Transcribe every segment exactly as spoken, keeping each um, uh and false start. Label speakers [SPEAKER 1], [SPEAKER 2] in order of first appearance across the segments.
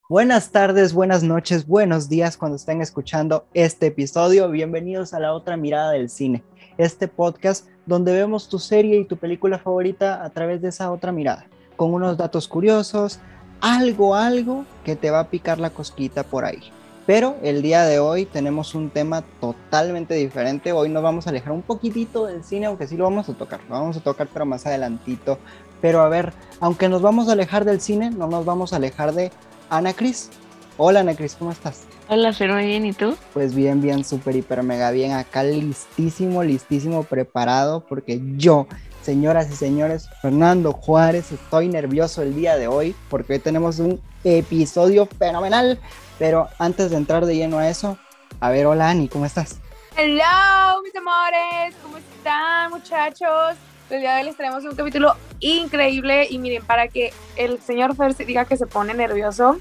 [SPEAKER 1] Buenas tardes, buenas noches, buenos días cuando estén escuchando este episodio. Bienvenidos a La Otra Mirada del Cine, este podcast donde vemos tu serie y tu película favorita a través de esa otra mirada, con unos datos curiosos, algo, algo que te va a picar la cosquita por ahí. Pero el día de hoy tenemos un tema totalmente diferente. Hoy nos vamos a alejar un poquitito del cine, aunque sí lo vamos a tocar, lo vamos a tocar pero más adelantito. Pero a ver, aunque nos vamos a alejar del cine, no nos vamos a alejar de Ana Cris. Hola Ana Cris, ¿cómo estás?
[SPEAKER 2] Hola, Fer, muy bien, ¿y tú?
[SPEAKER 1] Pues bien, bien, súper, hiper, mega bien. Acá listísimo, listísimo, preparado, porque yo, señoras y señores, Fernando Juárez, estoy nervioso el día de hoy, porque hoy tenemos un episodio fenomenal. Pero antes de entrar de lleno a eso, a ver, hola Ani, ¿cómo estás?
[SPEAKER 3] Hello, mis amores, ¿cómo están, muchachos? El día de hoy les traemos un capítulo increíble y miren, para que el señor Fer se diga que se pone nervioso,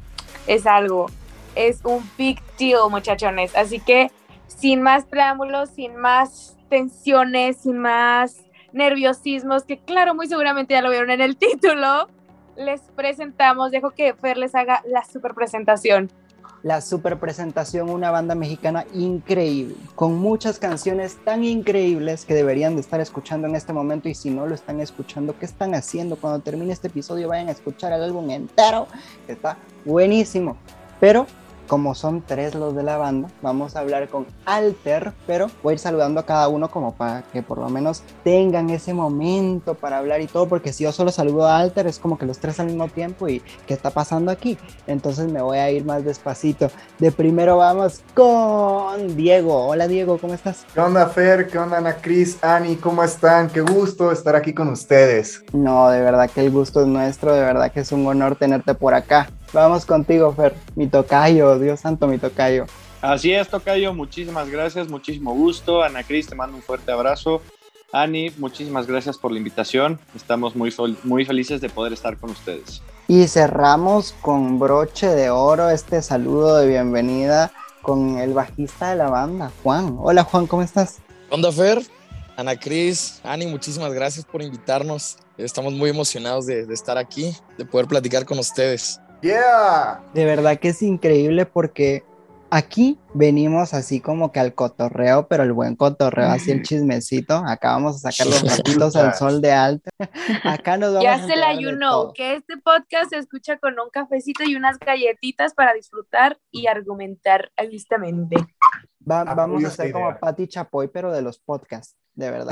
[SPEAKER 3] es algo, es un big deal, muchachones. Así que sin más preámbulos, sin más tensiones, sin más nerviosismos, que claro, muy seguramente ya lo vieron en el título, les presentamos, dejo que Fer les haga la super presentación.
[SPEAKER 1] La super presentación, una banda mexicana increíble, con muchas canciones tan increíbles que deberían de estar escuchando en este momento, y si no lo están escuchando, ¿qué están haciendo? Cuando termine este episodio vayan a escuchar el álbum entero, que está buenísimo. Pero como son tres los de la banda, vamos a hablar con Alter, pero voy a ir saludando a cada uno como para que por lo menos tengan ese momento para hablar y todo, porque si yo solo saludo a Alter es como que los tres al mismo tiempo y ¿qué está pasando aquí? Entonces me voy a ir más despacito. De primero vamos con Diego. Hola Diego, ¿cómo estás?
[SPEAKER 4] ¿Qué onda Fer? ¿Qué onda Ana Cris? Ani, ¿cómo están? Qué gusto estar aquí con ustedes.
[SPEAKER 1] No, de verdad que el gusto es nuestro, de verdad que es un honor tenerte por acá. Vamos contigo, Fer, mi tocayo, Dios santo, mi tocayo.
[SPEAKER 5] Así es, tocayo, muchísimas gracias, muchísimo gusto. Ana Cris, te mando un fuerte abrazo. Ani, muchísimas gracias por la invitación. Estamos muy, fel- muy felices de poder estar con ustedes.
[SPEAKER 1] Y cerramos con broche de oro este saludo de bienvenida con el bajista de la banda, Juan. Hola Juan, ¿cómo estás?
[SPEAKER 6] ¿Qué onda, Fer? Ana Cris, Ani, muchísimas gracias por invitarnos. Estamos muy emocionados de, de estar aquí, de poder platicar con ustedes.
[SPEAKER 4] ¡Yeah!
[SPEAKER 1] De verdad que es increíble porque aquí venimos así como que al cotorreo, pero el buen cotorreo, así el chismecito. Acá vamos a sacar los ratitos al sol de alta. Acá nos vamos
[SPEAKER 3] Ya
[SPEAKER 1] a
[SPEAKER 3] se la
[SPEAKER 1] enterar
[SPEAKER 3] you
[SPEAKER 1] de
[SPEAKER 3] know,
[SPEAKER 1] todo.
[SPEAKER 3] que este podcast se escucha con un cafecito y unas galletitas para disfrutar y argumentar alistamente.
[SPEAKER 1] Va-
[SPEAKER 4] Apoyo
[SPEAKER 1] vamos a
[SPEAKER 4] esta
[SPEAKER 1] hacer como
[SPEAKER 4] idea.
[SPEAKER 1] Pati Chapoy, pero de los podcasts, de verdad.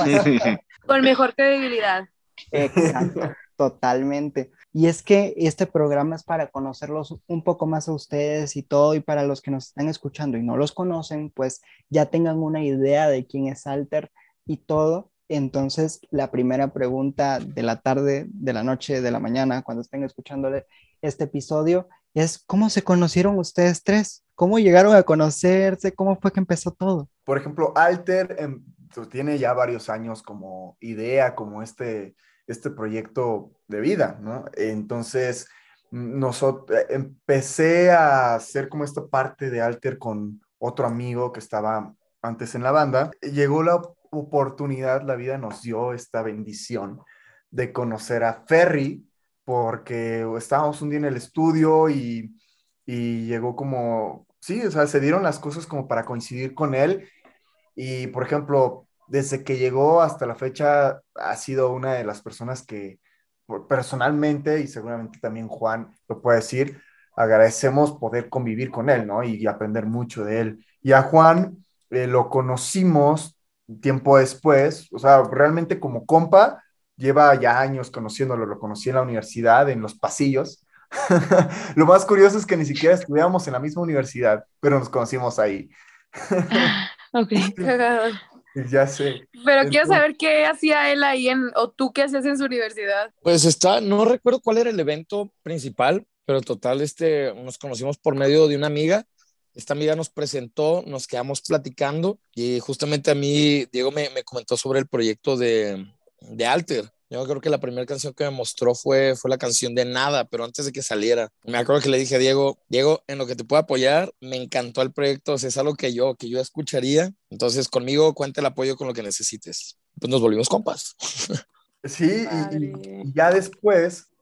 [SPEAKER 3] Con mejor credibilidad.
[SPEAKER 1] Exacto, totalmente. Y es que este programa es para conocerlos un poco más a ustedes y todo, y para los que nos están escuchando y no los conocen, pues ya tengan una idea de quién es Alter y todo. Entonces, la primera pregunta de la tarde, de la noche, de la mañana, cuando estén escuchándole este episodio, es ¿cómo se conocieron ustedes tres? ¿Cómo llegaron a conocerse? ¿Cómo fue que empezó todo?
[SPEAKER 4] Por ejemplo, Alter em, pues, tiene ya varios años como idea, como este, este proyecto de vida, ¿no? Entonces, nosotros, empecé a hacer como esta parte de Alter con otro amigo que estaba antes en la banda. Llegó la oportunidad, la vida nos dio esta bendición de conocer a Ferry, porque estábamos un día en el estudio y, y llegó como, sí, o sea, se dieron las cosas como para coincidir con él. Y, por ejemplo, desde que llegó hasta la fecha, ha sido una de las personas que por- personalmente, y seguramente también Juan lo puede decir, agradecemos poder convivir con él, ¿no? Y, y aprender mucho de él. Y a Juan eh, lo conocimos tiempo después, o sea, realmente como compa, lleva ya años conociéndolo, lo conocí en la universidad, en los pasillos. Lo más curioso es que ni siquiera estudiamos en la misma universidad, pero nos conocimos ahí.
[SPEAKER 2] Ok.
[SPEAKER 3] Cagado.
[SPEAKER 4] Ya sé.
[SPEAKER 3] Pero quiero
[SPEAKER 4] Entonces,
[SPEAKER 3] saber qué hacía él ahí en, o tú qué hacías en su universidad.
[SPEAKER 6] Pues está, no recuerdo cuál era el evento principal, pero total, este, nos conocimos por medio de una amiga. Esta amiga nos presentó, nos quedamos platicando y justamente a mí, Diego me, me comentó sobre el proyecto de, de Alter. Yo creo que la primera canción que me mostró fue, fue la canción de Nada, pero antes de que saliera. Me acuerdo que le dije a Diego, Diego, en lo que te puedo apoyar, me encantó el proyecto, o sea, es algo que yo, que yo escucharía. Entonces, conmigo cuenta el apoyo con lo que necesites. Pues nos volvimos compas.
[SPEAKER 4] sí, y, y-
[SPEAKER 3] Padre.
[SPEAKER 4] y ya después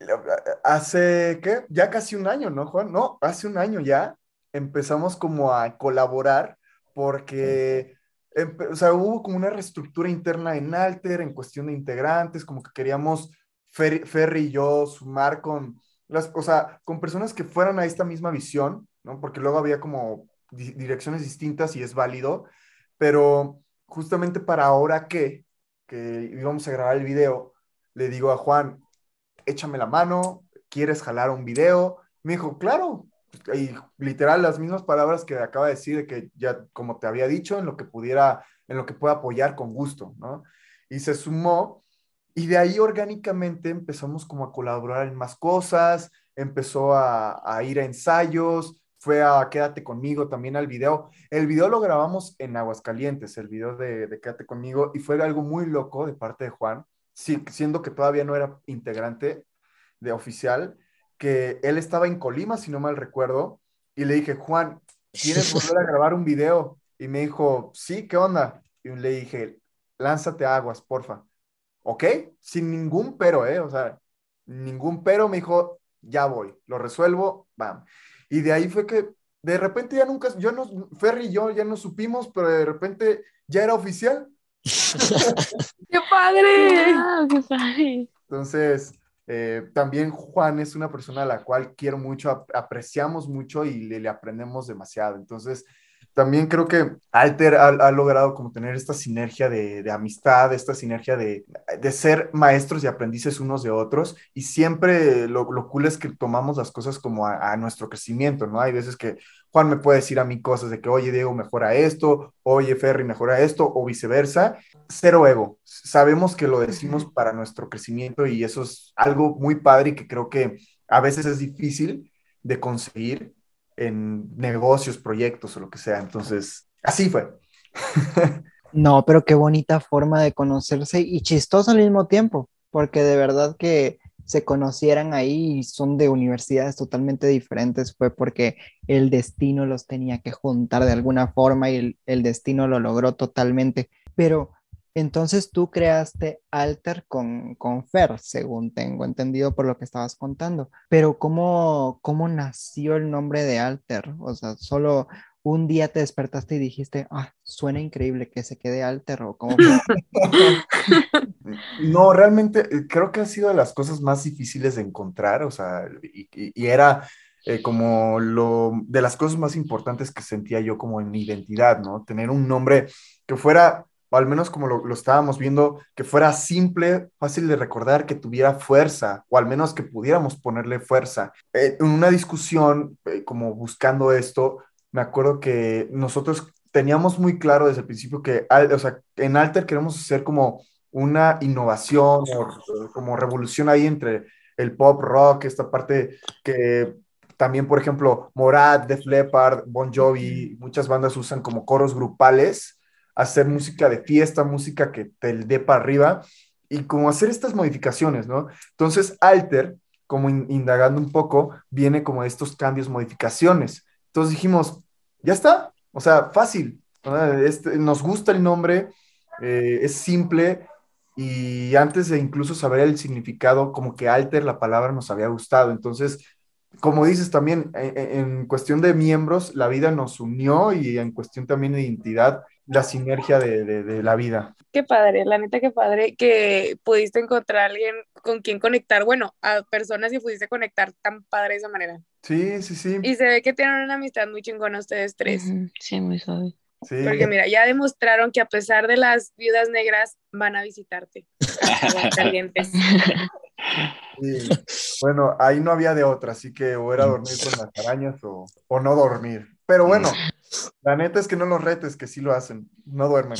[SPEAKER 4] Hace, ¿qué? Ya casi un año, ¿no, Juan? No, hace un año ya empezamos como a colaborar porque, empe- o sea, hubo como una reestructura interna en Alter en cuestión de integrantes, como que queríamos Fer- Ferry y yo sumar con las, o sea, con personas que fueran a esta misma visión, ¿no? Porque luego había como di- direcciones distintas y es válido, pero justamente para ahora que, que íbamos a grabar el video, le digo a Juan, échame la mano, ¿quieres jalar un video? Me dijo, claro, y literal las mismas palabras que acaba de decir, de que ya, como te había dicho, en lo que pudiera, en lo que pueda apoyar con gusto, ¿no? Y se sumó, y de ahí orgánicamente empezamos como a colaborar en más cosas, empezó a, a ir a ensayos, fue a Quédate conmigo también al video. El video lo grabamos en Aguascalientes, el video de, de Quédate conmigo, y fue algo muy loco de parte de Juan, sí, siendo que todavía no era integrante de oficial, que él estaba en Colima, si no mal recuerdo, y le dije, Juan, ¿quieres volver a grabar un video? Y me dijo, sí, ¿qué onda? Y le dije, lánzate a Aguas, porfa. ¿Ok? Sin ningún pero, ¿eh? O sea, ningún pero, me dijo, ya voy, lo resuelvo, bam. Y de ahí fue que de repente ya nunca, yo no, Ferry y yo ya no supimos, pero de repente ya era oficial.
[SPEAKER 3] ¡Qué padre!
[SPEAKER 2] Wow, qué padre.
[SPEAKER 4] Entonces, eh, también Juan es una persona a la cual quiero mucho, ap- apreciamos mucho y le, le aprendemos demasiado. Entonces, también creo que Alter ha, ha logrado como tener esta sinergia de, de amistad, esta sinergia de, de ser maestros y aprendices unos de otros. Y siempre lo, lo cool es que tomamos las cosas como a, a nuestro crecimiento, ¿no? Hay veces que Juan me puede decir a mí cosas de que, oye, Diego, mejora esto, oye, Ferry, mejora esto, o viceversa. Cero ego. Sabemos que lo decimos para nuestro crecimiento y eso es algo muy padre y que creo que a veces es difícil de conseguir en negocios, proyectos o lo que sea. Entonces, así fue.
[SPEAKER 1] No, pero qué bonita forma de conocerse y chistoso al mismo tiempo, porque de verdad que se conocieran ahí y son de universidades totalmente diferentes, fue porque el destino los tenía que juntar de alguna forma y el, el destino lo logró totalmente. Pero entonces tú creaste Alter con, con Fer, según tengo entendido por lo que estabas contando. Pero ¿cómo, cómo nació el nombre de Alter? O sea, solo un día te despertaste y dijiste, ah, suena increíble que se quede Alter o cómo fue.
[SPEAKER 4] No, realmente eh, creo que ha sido de las cosas más difíciles de encontrar, o sea, y, y- y era eh, como lo de las cosas más importantes que sentía yo como en mi identidad, ¿no? Tener un nombre que fuera, o al menos como lo, lo estábamos viendo, que fuera simple, fácil de recordar, que tuviera fuerza, o al menos que pudiéramos ponerle fuerza. Eh, en una discusión, eh, como buscando esto, me acuerdo que nosotros teníamos muy claro desde el principio que, al- o sea, en Alter queremos hacer como una innovación o como revolución ahí entre el pop rock, esta parte que también, por ejemplo, Morat, Def Leppard, Bon Jovi, muchas bandas usan como coros grupales, hacer música de fiesta, música que te dé para arriba y como hacer estas modificaciones, ¿no? Entonces, Alter, como in- indagando un poco, viene como de estos cambios, modificaciones. Entonces dijimos, ya está, o sea, fácil, ¿no? Este, nos gusta el nombre, eh, es simple y antes de incluso saber el significado, como que alter la palabra nos había gustado. Entonces, como dices también, en, en cuestión de miembros, la vida nos unió y en cuestión también de identidad, la sinergia de, de, de la vida.
[SPEAKER 3] Qué padre, la neta, qué padre que pudiste encontrar a alguien con quien conectar, bueno, a personas y pudiste conectar tan padre de esa manera.
[SPEAKER 4] Sí, sí, sí,
[SPEAKER 3] Y se ve que tienen una amistad muy chingona ustedes tres.
[SPEAKER 2] Ujú, sí, muy suave.
[SPEAKER 4] sí.
[SPEAKER 3] Porque mira, ya demostraron que a pesar de las viudas negras, van a visitarte a Aguascalientes.
[SPEAKER 4] Sí. Bueno, ahí no había de otra, así que o era dormir con las arañas o, o no dormir. Pero bueno, la neta es que no los retes, que sí lo hacen, no duermen.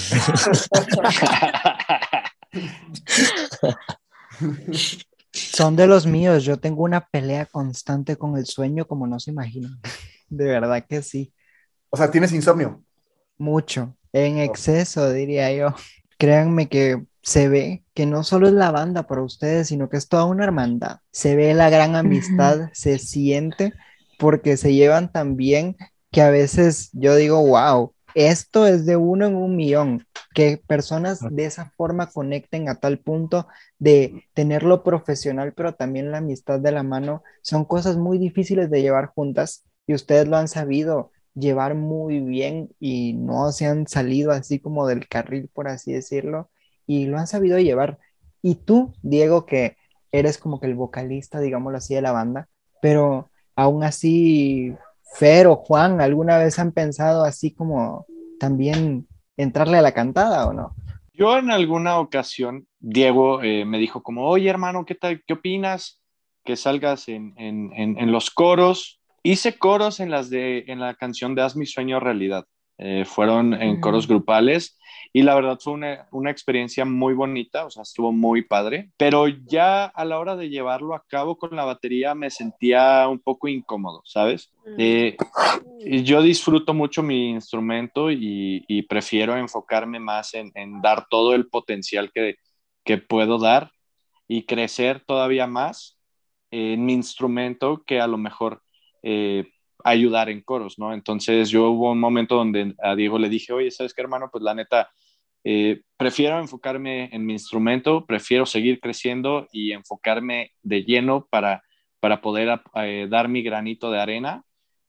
[SPEAKER 1] Son de los míos, yo tengo una pelea constante con el sueño como no se imaginan. De verdad que sí,
[SPEAKER 4] O sea, ¿tienes insomnio?
[SPEAKER 1] mucho, en exceso diría yo. Créanme que se ve que no solo es la banda para ustedes, sino que es toda una hermandad. Se ve la gran amistad, se siente porque se llevan tan bien que a veces yo digo, wow, esto es de uno en un millón, que personas de esa forma conecten a tal punto de tener lo profesional, pero también la amistad de la mano, son cosas muy difíciles de llevar juntas y ustedes lo han sabido llevar muy bien y no se han salido así como del carril, por así decirlo, y lo han sabido llevar. Y tú, Diego, que eres como que el vocalista, digámoslo así, de la banda, pero aún así, Fer o Juan, ¿alguna vez han pensado así como también entrarle a la cantada o no?
[SPEAKER 5] Yo en alguna ocasión, Diego eh, me dijo como, oye hermano, ¿qué tal? ¿Qué opinas? Que salgas en, en, en, en los coros. Hice coros en, las de, en la canción de Haz mi sueño realidad. Eh, fueron en coros
[SPEAKER 1] Mm.
[SPEAKER 5] grupales y la verdad fue una, una experiencia muy bonita, o sea, estuvo muy padre, pero ya a la hora de llevarlo a cabo con la batería me sentía un poco incómodo, ¿sabes? Eh, yo disfruto mucho mi instrumento y, y prefiero enfocarme más en, en dar todo el potencial que, que puedo dar y crecer todavía más en mi instrumento que a lo mejor eh, ayudar en coros, ¿no? Entonces yo hubo un momento donde a Diego le dije, oye, ¿sabes qué, hermano? Pues la neta, eh, prefiero enfocarme en mi instrumento, prefiero seguir creciendo y enfocarme de lleno para, para poder eh, dar mi granito de arena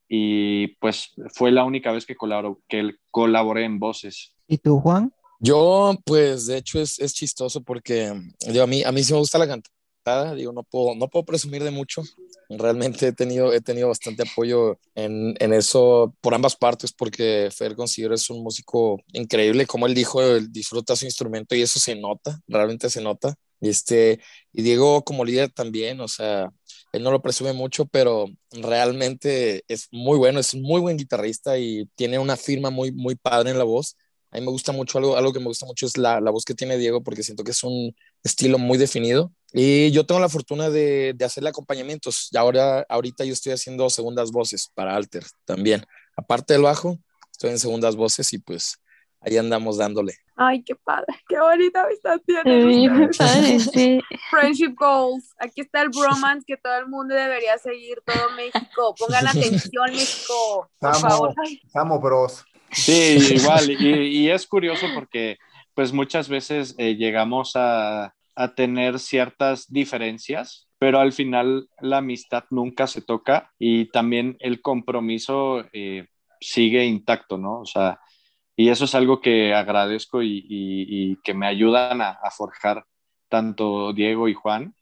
[SPEAKER 5] y pues fue la única vez que, colaboro, que colaboré en voces.
[SPEAKER 1] ¿Y tú, Juan?
[SPEAKER 6] Yo, pues, de hecho es, es chistoso porque digo, a mí, a mí sí me gusta la cantada, digo, no puedo, no puedo presumir de mucho. Realmente he tenido, he tenido bastante apoyo en, en eso por ambas partes porque Fer considero es un músico increíble, como él dijo, él disfruta su instrumento y eso se nota, realmente se nota. Y, este, y Diego como líder también, o sea, él no lo presume mucho, pero realmente es muy bueno, es un muy buen guitarrista y tiene una firma muy, muy padre en la voz. A mí me gusta mucho, algo, algo que me gusta mucho es la, la voz que tiene Diego, porque siento que es un estilo muy definido. Y yo tengo la fortuna de, de hacerle acompañamientos. Y ahora, ahorita yo estoy haciendo segundas voces para Alter también. Aparte del bajo, estoy en segundas voces y pues ahí andamos dándole.
[SPEAKER 3] Ay, qué padre, qué bonita amistad
[SPEAKER 2] Se
[SPEAKER 3] tienen
[SPEAKER 2] ve muy
[SPEAKER 3] ustedes.
[SPEAKER 2] padre, sí.
[SPEAKER 3] Friendship goals. Aquí está el bromance que todo el mundo debería seguir, todo México. Pongan atención, México, por favor.
[SPEAKER 4] Samo,
[SPEAKER 3] Ay,
[SPEAKER 4] Samo Bros.
[SPEAKER 5] Sí, igual, y, y es curioso porque pues muchas veces eh, llegamos a, a tener ciertas diferencias, pero al final la amistad nunca se toca y también el compromiso eh, sigue intacto, ¿no? O sea, y eso es algo que agradezco y, y- y que me ayudan a, a forjar tanto Diego y Juan,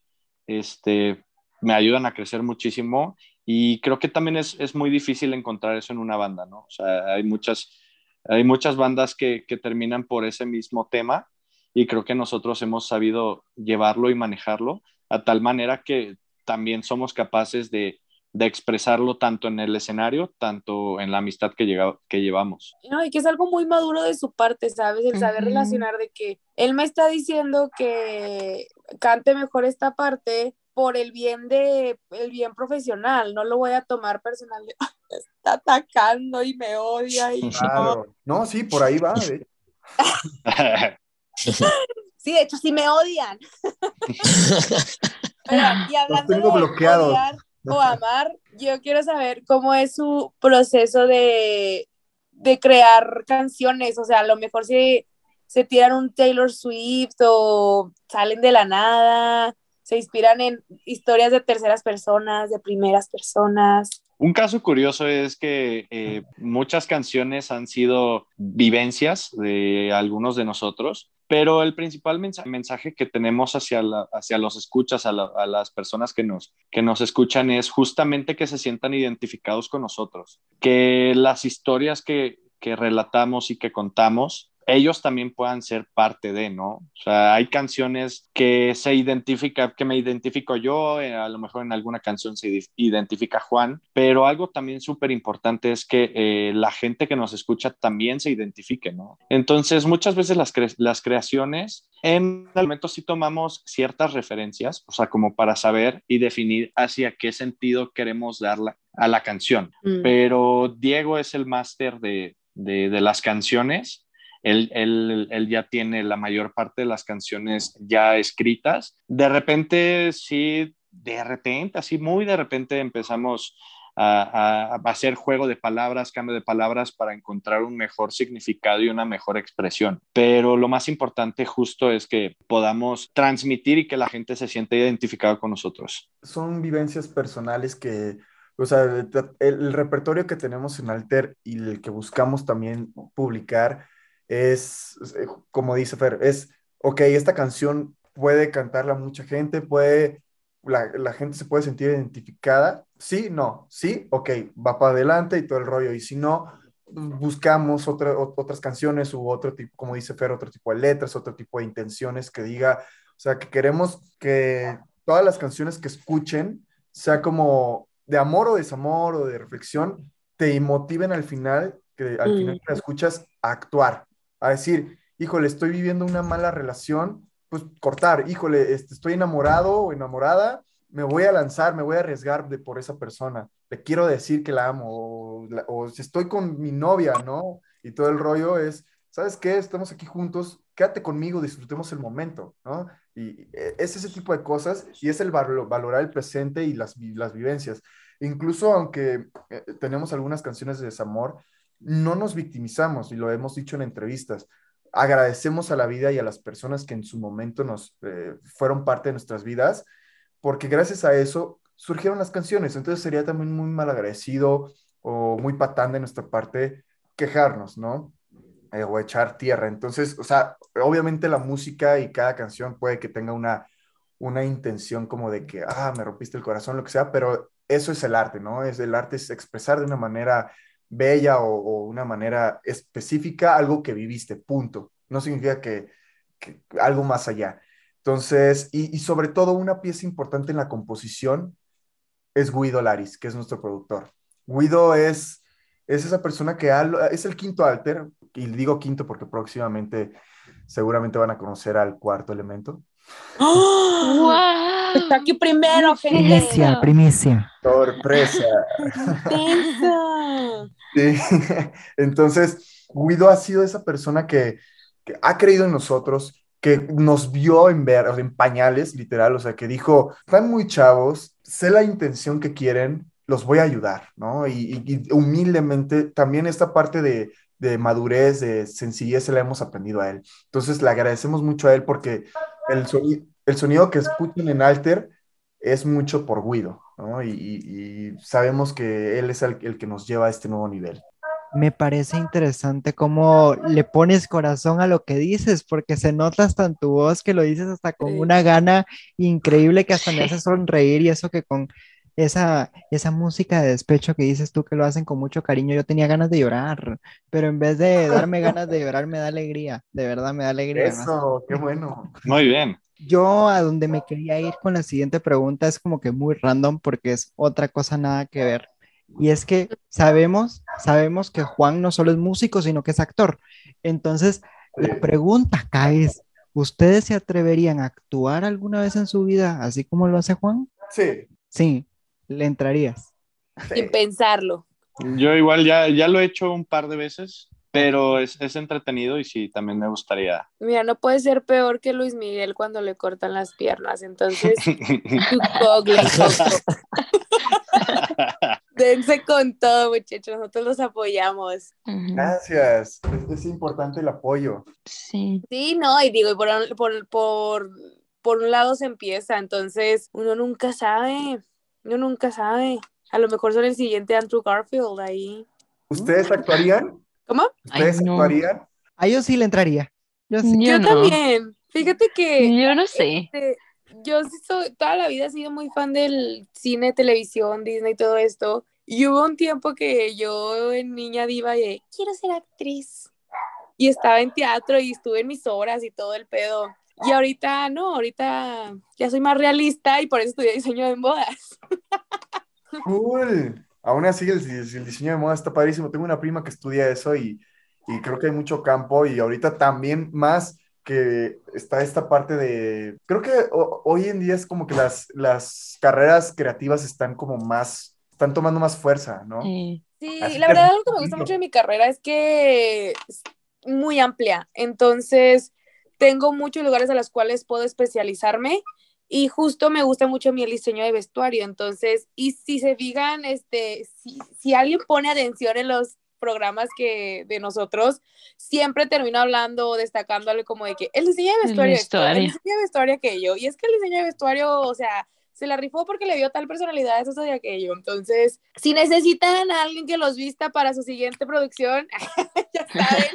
[SPEAKER 5] este, me ayudan a crecer muchísimo y creo que también es, es muy difícil encontrar eso en una banda, ¿no? O sea, hay muchas, hay muchas bandas que, que terminan por ese mismo tema y creo que nosotros hemos sabido llevarlo y manejarlo a tal manera que también somos capaces de, de expresarlo tanto en el escenario, tanto en la amistad que, llega, que llevamos.
[SPEAKER 3] no, y que es algo muy maduro de su parte, ¿sabes? El saber
[SPEAKER 2] Ujú.
[SPEAKER 3] relacionar de que él me está diciendo que cante mejor esta parte por el bien de, el bien profesional, no lo voy a tomar personal de, me está atacando y me odia y no.
[SPEAKER 4] Claro. No, sí, por ahí va. De...
[SPEAKER 3] Sí, de hecho, sí me odian. Oigan, y
[SPEAKER 4] Los
[SPEAKER 3] hablando
[SPEAKER 4] tengo
[SPEAKER 3] de
[SPEAKER 4] bloqueados.
[SPEAKER 3] odiar o amar, yo quiero saber cómo es su proceso de, de crear canciones. O sea, a lo mejor si se tiran un Taylor Swift o salen de la nada, se inspiran en historias de terceras personas, de primeras personas.
[SPEAKER 5] Un caso curioso es que eh, muchas canciones han sido vivencias de algunos de nosotros, pero el principal mensaje, mensaje que tenemos hacia, la, hacia los escuchas, a, la, a las personas que nos, que nos escuchan, es justamente que se sientan identificados con nosotros, que las historias que, que relatamos y que contamos ellos también puedan ser parte de, ¿no? O sea, hay canciones que se identifica, que me identifico yo, eh, a lo mejor en alguna canción se identifica Juan, pero algo también súper importante es que eh, la gente que nos escucha también se identifique, ¿no? Entonces, muchas veces las, cre las creaciones, en el momento sí tomamos ciertas referencias, o sea, como para saber y definir hacia qué sentido queremos darla a la canción. Mm. Pero Diego es el máster de, de, de las canciones. Él, él, él ya tiene la mayor parte de las canciones ya escritas. De repente, sí, de repente, así muy de repente empezamos a a, a, a hacer juego de palabras, cambio de palabras para encontrar un mejor significado y una mejor expresión. Pero lo más importante justo es que podamos transmitir y que la gente se sienta identificada con nosotros.
[SPEAKER 4] Son vivencias personales que, o sea, el, el repertorio que tenemos en Alter y el que buscamos también publicar es, como dice Fer, es, ok, esta canción puede cantarla mucha gente, puede, la, la gente se puede sentir identificada, sí, no, sí, ok, va para adelante y todo el rollo, y si no, buscamos otra, otras canciones u otro tipo, como dice Fer, otro tipo de letras, otro tipo de intenciones que diga, o sea, que queremos que todas las canciones que escuchen sea como de amor o desamor o de reflexión, te motiven al final, que al final que la escuchas, a actuar, a decir, híjole, estoy viviendo una mala relación, pues cortar, híjole, este, estoy enamorado o enamorada, me voy a lanzar, me voy a arriesgar de, por esa persona, le quiero decir que la amo, o, la, o si estoy con mi novia, ¿no? Y todo el rollo es, ¿sabes qué? Estamos aquí juntos, quédate conmigo, disfrutemos el momento, ¿no? Y es ese tipo de cosas, y es el val valorar el presente y las, las vivencias. Incluso aunque eh, tenemos algunas canciones de desamor, no nos victimizamos, y lo hemos dicho en entrevistas, agradecemos a la vida y a las personas que en su momento nos eh, fueron parte de nuestras vidas, porque gracias a eso surgieron las canciones. Entonces sería también muy mal agradecido o muy patán de nuestra parte quejarnos, ¿no? Eh, o echar tierra. Entonces, o sea, obviamente la música y cada canción puede que tenga una, una intención como de que, ah, me rompiste el corazón, lo que sea, pero eso es el arte, ¿no? Es el arte es expresar de una manera bella o, o una manera específica algo que viviste, punto. No significa que, que algo más allá. Entonces, y, y sobre todo una pieza importante en la composición es Guido Laris, que es nuestro productor. Guido es, es esa persona que ha, es el quinto alter, y digo quinto porque próximamente seguramente van a conocer al cuarto elemento.
[SPEAKER 2] ¡Oh! ¡Wow!
[SPEAKER 3] Está aquí primero, gente.
[SPEAKER 1] Primicia, primicia.
[SPEAKER 4] Sorpresa.
[SPEAKER 3] Intensa.
[SPEAKER 4] Sí. Entonces, Guido ha sido esa persona que, que ha creído en nosotros, que nos vio en, ver, en pañales, literal, o sea, que dijo, están muy chavos, sé la intención que quieren, los voy a ayudar, ¿no? Y, y, y humildemente, también esta parte de, de madurez, de sencillez, se la hemos aprendido a él. Entonces, le agradecemos mucho a él porque el sonido, el sonido que escuchan en Alter es mucho por Guido, ¿no? Y, y, y sabemos que él es el, el que nos lleva a este nuevo nivel.
[SPEAKER 1] Me parece interesante cómo le pones corazón a lo que dices, porque se nota hasta en tu voz que lo dices hasta con
[SPEAKER 3] Sí.
[SPEAKER 1] una gana increíble que hasta me hace sonreír, y eso que con esa, esa música de despecho que dices tú que lo hacen con mucho cariño, yo tenía ganas de llorar, pero en vez de darme ganas de llorar me da alegría, de verdad me da alegría.
[SPEAKER 4] Eso, qué bueno.
[SPEAKER 5] Muy bien.
[SPEAKER 1] Yo a donde me quería ir con la siguiente pregunta es como que muy random porque es otra cosa nada que ver. Y es que sabemos, sabemos que Juan no solo es músico, sino que es actor. Entonces, la pregunta acá es, ¿ustedes se atreverían a actuar alguna vez en su vida así como lo hace Juan?
[SPEAKER 4] Sí.
[SPEAKER 1] Sí, le entrarías.
[SPEAKER 3] Sin pensarlo.
[SPEAKER 5] Yo igual ya, ya lo he hecho un par de veces, pero es, es entretenido y sí, también me gustaría.
[SPEAKER 3] Mira, no puede ser peor que Luis Miguel cuando le cortan las piernas. Entonces, Google, dense con todo, muchachos. Nosotros los apoyamos.
[SPEAKER 2] Ujú.
[SPEAKER 4] Gracias. Es, es importante el apoyo.
[SPEAKER 2] Sí.
[SPEAKER 3] Sí, no, y digo, y por, por, por, por un lado se empieza, entonces uno nunca sabe, uno nunca sabe. A lo mejor son el siguiente Andrew Garfield ahí.
[SPEAKER 4] ¿Ustedes actuarían?
[SPEAKER 3] ¿Cómo?
[SPEAKER 4] ¿Ustedes
[SPEAKER 2] Ay, no.
[SPEAKER 4] actuarían?
[SPEAKER 1] A yo sí le entraría. Yo sí.
[SPEAKER 2] Yo
[SPEAKER 3] Yo
[SPEAKER 2] no.
[SPEAKER 3] también. Fíjate que
[SPEAKER 2] Yo no sé.
[SPEAKER 3] este, yo sí soy, toda la vida he sido muy fan del cine, televisión, Disney y todo esto. Y hubo un tiempo que yo en niña diva de, quiero ser actriz. Y estaba en teatro y estuve en mis obras y todo el pedo. Y ahorita no, ahorita ya soy más realista y por eso estudié diseño de modas.
[SPEAKER 4] Cool. Aún así, el, el diseño de moda está padrísimo. Tengo una prima que estudia eso y, y creo que hay mucho campo y ahorita también más que está esta parte de... Creo que o- hoy en día es como que las, las carreras creativas están como más, están tomando más fuerza, ¿no?
[SPEAKER 2] Sí.
[SPEAKER 3] Sí,
[SPEAKER 4] Así
[SPEAKER 3] la
[SPEAKER 4] que-
[SPEAKER 3] verdad algo que me gusta mucho de mi carrera es que es muy amplia. Entonces, tengo muchos lugares a los cuales puedo especializarme y justo me gusta mucho a mí el diseño de vestuario, entonces, y si se fijan, este, si, si alguien pone atención en los programas que de nosotros, siempre termino hablando o destacándole como de que el diseño de vestuario,
[SPEAKER 2] El
[SPEAKER 3] esto, el
[SPEAKER 2] vestuario.
[SPEAKER 3] diseño de vestuario aquello, y es que el diseño de vestuario, o sea, se la rifó porque le dio tal personalidad, eso y aquello, entonces, si necesitan a alguien que los vista para su siguiente producción, ya saben.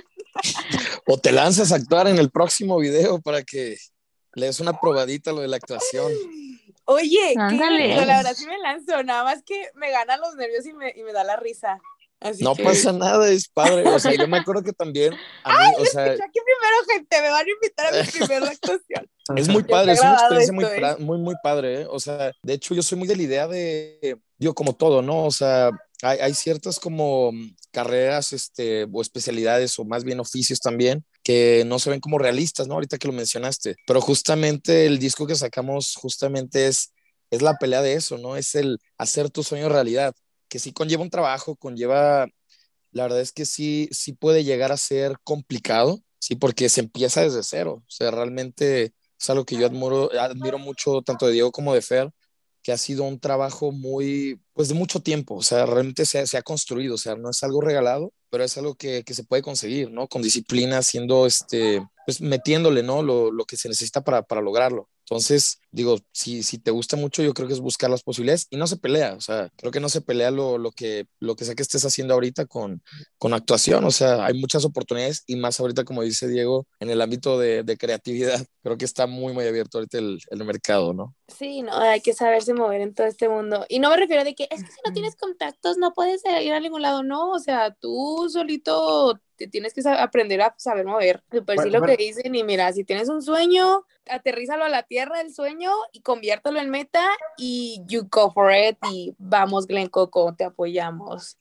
[SPEAKER 6] O te lanzas a actuar en el próximo video para que le des una probadita a lo de la actuación.
[SPEAKER 3] Oye, ¿qué?
[SPEAKER 2] Ándale.
[SPEAKER 3] No, la verdad sí me lanzo, nada más que me ganan los nervios y me, y me da la risa. Así
[SPEAKER 6] No
[SPEAKER 3] que...
[SPEAKER 6] pasa nada, es padre. O sea, yo me acuerdo que también a mí, o sea,
[SPEAKER 3] Escucha aquí primero, gente, me van a invitar a mi primera actuación.
[SPEAKER 6] es muy
[SPEAKER 3] Ya
[SPEAKER 6] padre, es
[SPEAKER 3] está
[SPEAKER 6] una
[SPEAKER 3] grabado
[SPEAKER 6] experiencia muy,
[SPEAKER 3] esto,
[SPEAKER 6] pra- muy, muy padre, ¿eh? O sea, de hecho, yo soy muy de la idea de, digo, como todo, ¿no? O sea, hay, hay ciertas como mm, carreras, este, o especialidades, o más bien oficios también, que no se ven como realistas, ¿no? Ahorita que lo mencionaste. Pero justamente el disco que sacamos, justamente es, es la pelea de eso, ¿no? Es el hacer tu sueño realidad, que sí conlleva un trabajo, conlleva, la verdad es que sí, sí puede llegar a ser complicado, sí, porque se empieza desde cero. O sea, realmente es algo que yo admiro, admiro mucho tanto de Diego como de Fer, que ha sido un trabajo muy, pues de mucho tiempo. O sea, realmente se, ha- se ha construido. O sea, no es algo regalado, pero es algo que, que se puede conseguir, ¿no? Con disciplina, haciendo este, pues metiéndole, ¿no? Lo, lo que se necesita para, para lograrlo. Entonces, digo, si, si te gusta mucho, yo creo que es buscar las posibilidades y no se pelea, o sea, creo que no se pelea lo, lo que, lo que sea que estés haciendo ahorita con, con actuación, o sea, hay muchas oportunidades y más ahorita, como dice Diego, en el ámbito de, de creatividad, creo que está muy, muy abierto ahorita el, el mercado, ¿no?
[SPEAKER 3] Sí, no, hay que saberse mover en todo este mundo. Y no me refiero de que es que si no tienes contactos no puedes ir a ningún lado, no, o sea, tú solito te tienes que sa- aprender a saber mover. Super sí
[SPEAKER 4] Bueno,
[SPEAKER 3] lo que
[SPEAKER 4] bueno,
[SPEAKER 3] dicen y mira, si tienes un sueño, aterrízalo a la tierra el sueño y conviértelo en meta y you go for it y vamos Glen Coco, te apoyamos.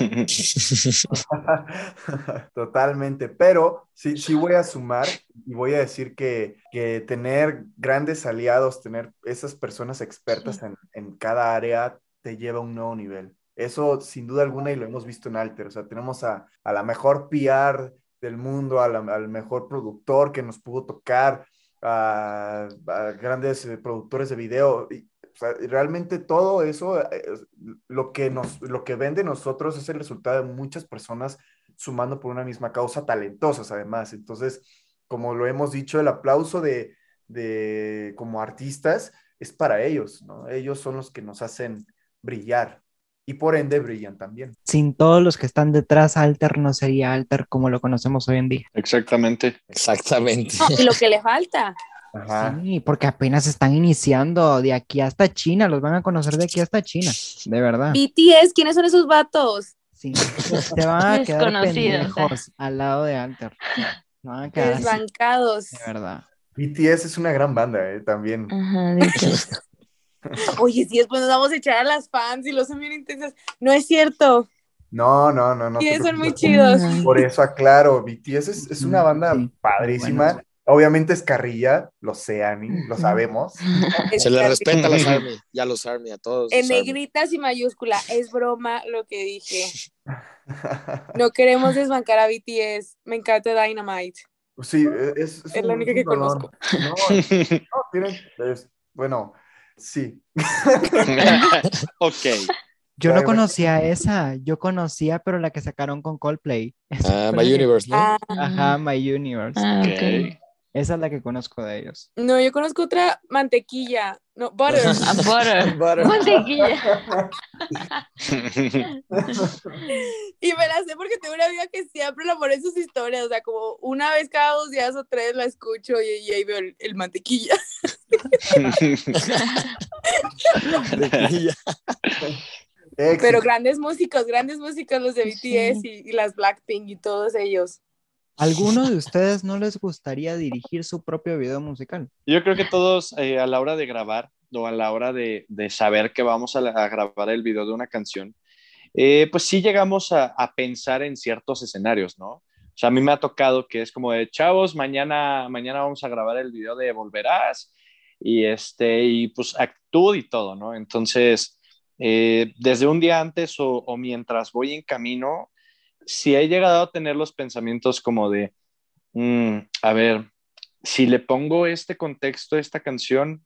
[SPEAKER 4] totalmente, pero sí, sí voy a sumar y voy a decir que, que tener grandes aliados, tener esas personas expertas en, en cada área te lleva a un nuevo nivel. Eso sin duda alguna y lo hemos visto en Alter, o sea, tenemos a, a la mejor P R del mundo, a la- al mejor productor que nos pudo tocar, a, a grandes eh, productores de video. Y, o sea, realmente todo eso, eh, lo que nos, lo que vende nosotros es el resultado de muchas personas sumando por una misma causa, talentosas además. Entonces, como lo hemos dicho, el aplauso de, de como artistas es para ellos, ¿no? Ellos son los que nos hacen brillar y por ende brillan también.
[SPEAKER 1] Sin todos los que están detrás, Alter no sería Alter como lo conocemos hoy en día.
[SPEAKER 5] Exactamente.
[SPEAKER 6] Exactamente.
[SPEAKER 3] No, y lo que le falta.
[SPEAKER 4] Ajá.
[SPEAKER 1] Sí, porque apenas están iniciando de aquí hasta China, los van a conocer de aquí hasta China, de verdad.
[SPEAKER 3] B T S, ¿quiénes son esos vatos?
[SPEAKER 1] Sí, se van a quedar
[SPEAKER 2] Desconocidos,
[SPEAKER 1] pendejos al lado de Alter. Se van a quedar así,
[SPEAKER 3] Desbancados.
[SPEAKER 1] de verdad.
[SPEAKER 4] B T S es una gran banda, eh, también.
[SPEAKER 2] Ajá, de hecho.
[SPEAKER 3] Oye, sí, después nos vamos a echar a las fans y los son bien intensas. No es cierto.
[SPEAKER 4] No, no, no, no te
[SPEAKER 3] Sí, son muy
[SPEAKER 4] preocupes.
[SPEAKER 3] chidos.
[SPEAKER 2] Ay,
[SPEAKER 4] Por eso aclaro, B T S es, es una
[SPEAKER 1] Ujú,
[SPEAKER 4] banda
[SPEAKER 1] sí, muy
[SPEAKER 4] padrísima.
[SPEAKER 1] buenos.
[SPEAKER 4] Obviamente es carrilla, lo sé, Ani, lo
[SPEAKER 2] ujú.
[SPEAKER 4] sabemos.
[SPEAKER 6] Se le respeta a las Army, y a los Army, a todos
[SPEAKER 3] En
[SPEAKER 6] los Army.
[SPEAKER 3] negritas y mayúscula. Es broma lo que dije. No queremos desbancar a B T S. Me encanta Dynamite.
[SPEAKER 4] Sí, es, es
[SPEAKER 3] Es la
[SPEAKER 4] un, es
[SPEAKER 3] única
[SPEAKER 4] un
[SPEAKER 3] que
[SPEAKER 4] dolor.
[SPEAKER 3] conozco.
[SPEAKER 4] No, no, tienen, es- bueno, sí.
[SPEAKER 5] Ok.
[SPEAKER 1] Yo no
[SPEAKER 4] Dynamite.
[SPEAKER 1] conocía esa, yo conocía, pero la que sacaron con Coldplay. Esa
[SPEAKER 6] Ah,
[SPEAKER 1] fue
[SPEAKER 6] My
[SPEAKER 1] la que-
[SPEAKER 6] Universe, ¿no?
[SPEAKER 3] Ah,
[SPEAKER 1] Ajá, My Universe.
[SPEAKER 2] Ah,
[SPEAKER 5] Ok.
[SPEAKER 2] ok.
[SPEAKER 1] Esa es la que conozco de ellos.
[SPEAKER 3] no, yo conozco otra mantequilla. No, butter.
[SPEAKER 2] A butter.
[SPEAKER 6] Butter.
[SPEAKER 2] Mantequilla.
[SPEAKER 3] Y me la sé porque tengo una amiga que siempre la pone en sus historias. O sea, como una vez cada dos días o tres la escucho y, y ahí veo el, el mantequilla.
[SPEAKER 6] Mantequilla.
[SPEAKER 3] Pero
[SPEAKER 4] Éxito.
[SPEAKER 3] grandes músicos, grandes músicos los de B T S
[SPEAKER 2] Sí.
[SPEAKER 3] y, y las Blackpink y todos ellos.
[SPEAKER 1] ¿Alguno de ustedes no les gustaría dirigir su propio video musical?
[SPEAKER 5] Yo creo que todos eh, a la hora de grabar o a la hora de, de saber que vamos a, la- a grabar el video de una canción, eh, pues sí llegamos a, a pensar en ciertos escenarios, ¿no? O sea, a mí me ha tocado que es como de, chavos, mañana, mañana vamos a grabar el video de Volverás y, este, y pues actitud y todo, ¿no? Entonces, eh, desde un día antes o, o mientras voy en camino, sí he llegado a tener los pensamientos como de, mm, a ver, si le pongo este contexto a esta canción,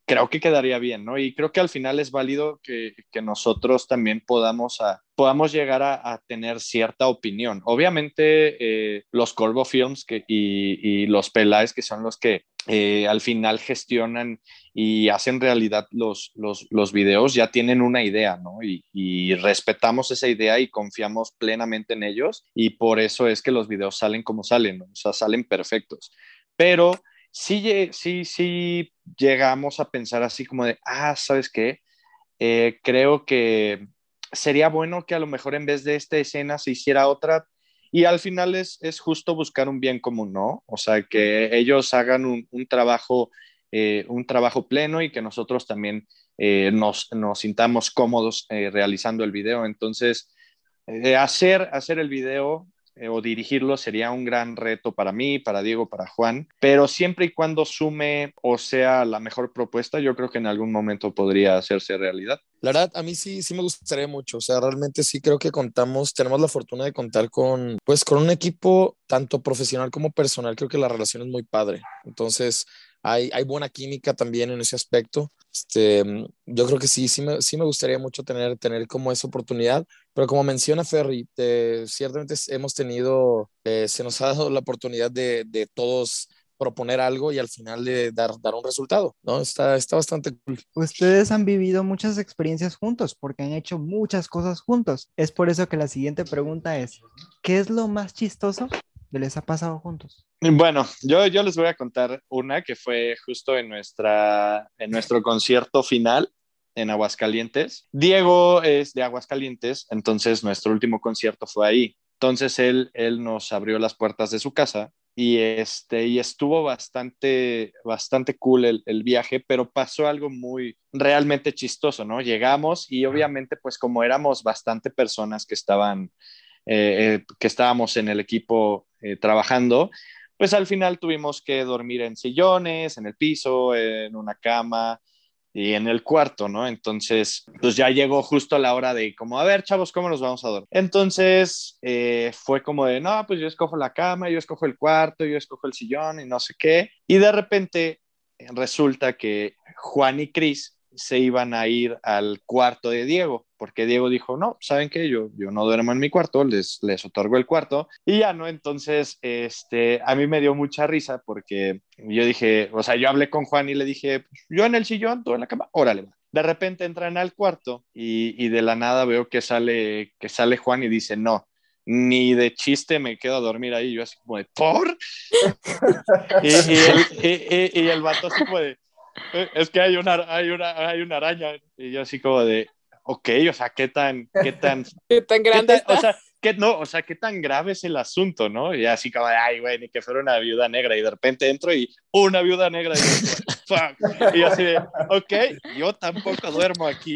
[SPEAKER 5] creo que quedaría bien, ¿no? Y creo que al final es válido que, que nosotros también podamos, a, podamos llegar a, a tener cierta opinión. Obviamente, eh, los Corvo Films que, y, y los Peláez, que son los que eh, al final gestionan y hacen realidad los, los, los videos, ya tienen una idea, ¿no? Y, y respetamos esa idea y confiamos plenamente en ellos, y por eso es que los videos salen como salen, ¿no? O sea, salen perfectos. Pero sí, sí, sí llegamos a pensar así como de, ah, ¿sabes qué? Eh, creo que sería bueno que a lo mejor en vez de esta escena se hiciera otra, y al final es, es justo buscar un bien común, ¿no? O sea, que ellos hagan un, un trabajo, eh, un trabajo pleno, y que nosotros también eh, nos, nos sintamos cómodos eh, realizando el video. Entonces, eh, hacer, hacer el video eh, o dirigirlo sería un gran reto para mí, para Diego, para Juan, pero siempre y cuando sume o sea la mejor propuesta, yo creo que en algún momento podría hacerse realidad.
[SPEAKER 6] La verdad, a mí sí, sí me gustaría mucho. O sea, realmente sí creo que contamos, tenemos la fortuna de contar con, pues, con un equipo tanto profesional como personal. Creo que la relación es muy padre. Entonces, hay, hay buena química también en ese aspecto. Este, yo creo que sí, sí me, sí me gustaría mucho tener, tener como esa oportunidad. Pero como menciona Ferry, eh, ciertamente hemos tenido, eh, se nos ha dado la oportunidad de, de todos proponer algo y al final de dar, dar un resultado, ¿no? Está, está bastante cool.
[SPEAKER 1] Ustedes han vivido muchas experiencias juntos porque han hecho muchas cosas juntos. Es por eso que la siguiente pregunta es, ¿qué es lo más chistoso que les ha pasado juntos?
[SPEAKER 5] Bueno, yo, yo les voy a contar una que fue justo en, nuestra, en nuestro concierto final en Aguascalientes. Diego es de Aguascalientes, entonces nuestro último concierto fue ahí. Entonces él, él nos abrió las puertas de su casa. Y, este, y estuvo bastante, bastante cool el, el viaje, pero pasó algo muy realmente chistoso, ¿no? Llegamos y obviamente pues como éramos bastante personas que estaban, eh, eh, que estábamos en el equipo eh, trabajando, pues al final tuvimos que dormir en sillones, en el piso, en una cama y en el cuarto, ¿no? Entonces, pues ya llegó justo la hora de como, a ver, chavos, ¿cómo nos vamos a dormir? Entonces, eh, fue como de, no, pues yo escojo la cama, yo escojo el cuarto, yo escojo el sillón y no sé qué. Y de repente eh, resulta que Juan y Cris se iban a ir al cuarto de Diego, porque Diego dijo, no, ¿saben qué? Yo, yo no duermo en mi cuarto, les, les otorgo el cuarto, y ya, ¿no? Entonces, este, a mí me dio mucha risa, porque yo dije, o sea, yo hablé con Juan y le dije, yo en el sillón, tú en la cama, órale, va. De repente entran al cuarto, y, y de la nada veo que sale, que sale Juan y dice, no, ni de chiste me quedo a dormir ahí, yo así como de, ¿por? y, y, el, y, y, y el vato así como de, es que hay una, hay una, hay una araña. Y yo así como de, ok, o sea, qué tan, qué tan,
[SPEAKER 3] ¿Qué tan grande
[SPEAKER 5] qué tan,
[SPEAKER 3] está?
[SPEAKER 5] o sea, qué, no, o sea, qué tan grave es el asunto, ¿no? Y así como de, ay, güey, ni que fuera una viuda negra. Y de repente entro y una viuda negra. Y yo, fuck. Y yo así de, ok, yo tampoco duermo aquí.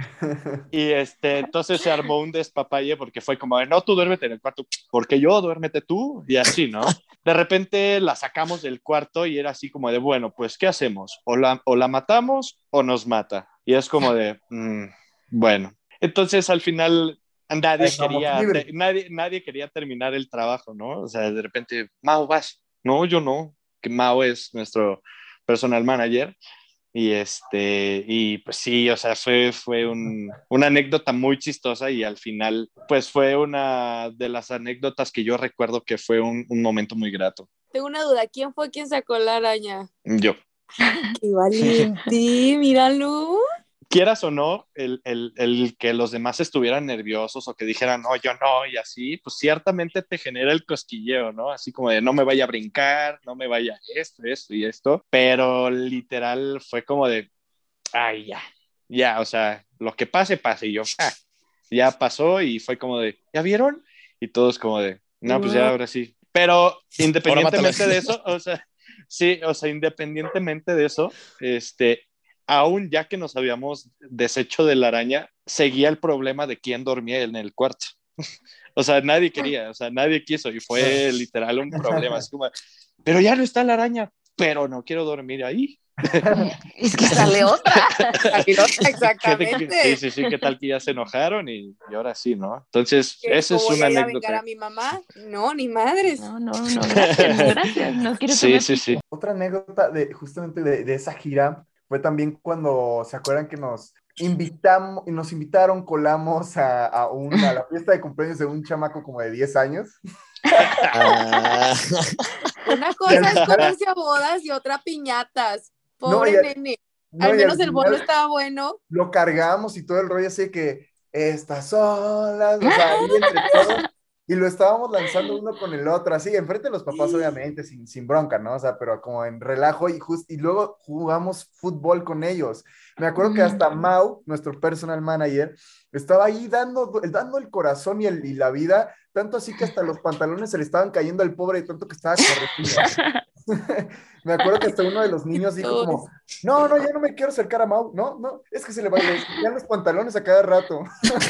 [SPEAKER 5] Y este, entonces se armó un despapalle porque fue como de, no, tú duérmete en el cuarto, porque yo, duérmete tú, y así, ¿no? De repente la sacamos del cuarto y era así como de, bueno, pues, ¿qué hacemos? O la, o la matamos o nos mata. Y es como de, mmm, bueno. Entonces al final nadie
[SPEAKER 4] Ay,
[SPEAKER 5] quería, te, nadie, nadie quería terminar el trabajo, ¿no? O sea, de repente, Mao, vas. No, yo no, que Mao es nuestro personal manager. Y este, y pues sí, o sea, fue, fue un, una anécdota muy chistosa, y al final, pues fue una de las anécdotas que yo recuerdo que fue un, un momento muy grato.
[SPEAKER 3] Tengo una duda, ¿quién fue quien sacó la araña?
[SPEAKER 5] Yo.
[SPEAKER 3] ¡Qué valiente! ¡Míralo!
[SPEAKER 5] Quieras o no, el, el, el que los demás estuvieran nerviosos o que dijeran, no, yo no, y así, pues ciertamente te genera el cosquilleo, ¿no? Así como de no me vaya a brincar, no me vaya esto, esto y esto, pero literal fue como de, ay, ya, ya, o sea, lo que pase, pase, y yo, ah, ya pasó, y fue como de, ¿ya vieron? Y todos como de, no, pues ya, ahora sí. Pero independientemente de eso, o sea, sí, o sea, independientemente de eso, este... aún ya que nos habíamos deshecho de la araña, seguía el problema de quién dormía en el cuarto. O sea, nadie quería, o sea, nadie quiso, y fue literal un problema. Así como, pero ya no está la araña, pero no quiero dormir ahí.
[SPEAKER 3] Es que sale otra. Sale otra, exactamente.
[SPEAKER 5] Sí, sí, sí, qué tal que ya se enojaron y, y ahora sí, ¿no? Entonces, esa es una
[SPEAKER 3] voy a
[SPEAKER 5] anécdota.
[SPEAKER 3] A mi mamá? No, ni madres.
[SPEAKER 2] No, no, no, gracias, gracias. No quiero
[SPEAKER 5] sí, sí, sí.
[SPEAKER 4] Otra anécdota de justamente de, de esa gira fue también cuando, ¿se acuerdan que nos invitamos, nos invitaron, colamos a, a, una, a la fiesta de cumpleaños de un chamaco como de diez años?
[SPEAKER 6] Ah,
[SPEAKER 3] Una cosa es comerse a bodas y otra piñatas. Pobre
[SPEAKER 4] No, y-
[SPEAKER 3] nene.
[SPEAKER 4] No,
[SPEAKER 3] Al
[SPEAKER 4] y
[SPEAKER 3] menos el bono
[SPEAKER 4] final
[SPEAKER 3] estaba bueno.
[SPEAKER 4] lo cargamos y todo el rollo así que estas son las, o sea, ahí entre todos, y lo estábamos lanzando uno con el otro, así, enfrente de los papás, obviamente, sin, sin bronca, ¿no? O sea, pero como en relajo, y, just, y luego jugamos fútbol con ellos. Me acuerdo que hasta Mau, nuestro personal manager, estaba ahí dando, dando el corazón y, el, y la vida, tanto así que hasta los pantalones se le estaban cayendo al pobre de tanto que estaba corriendo. Me acuerdo que hasta uno de los niños dijo como, no, no, ya no me quiero acercar a Mau, no, no, es que se le van a caer los pantalones a cada rato.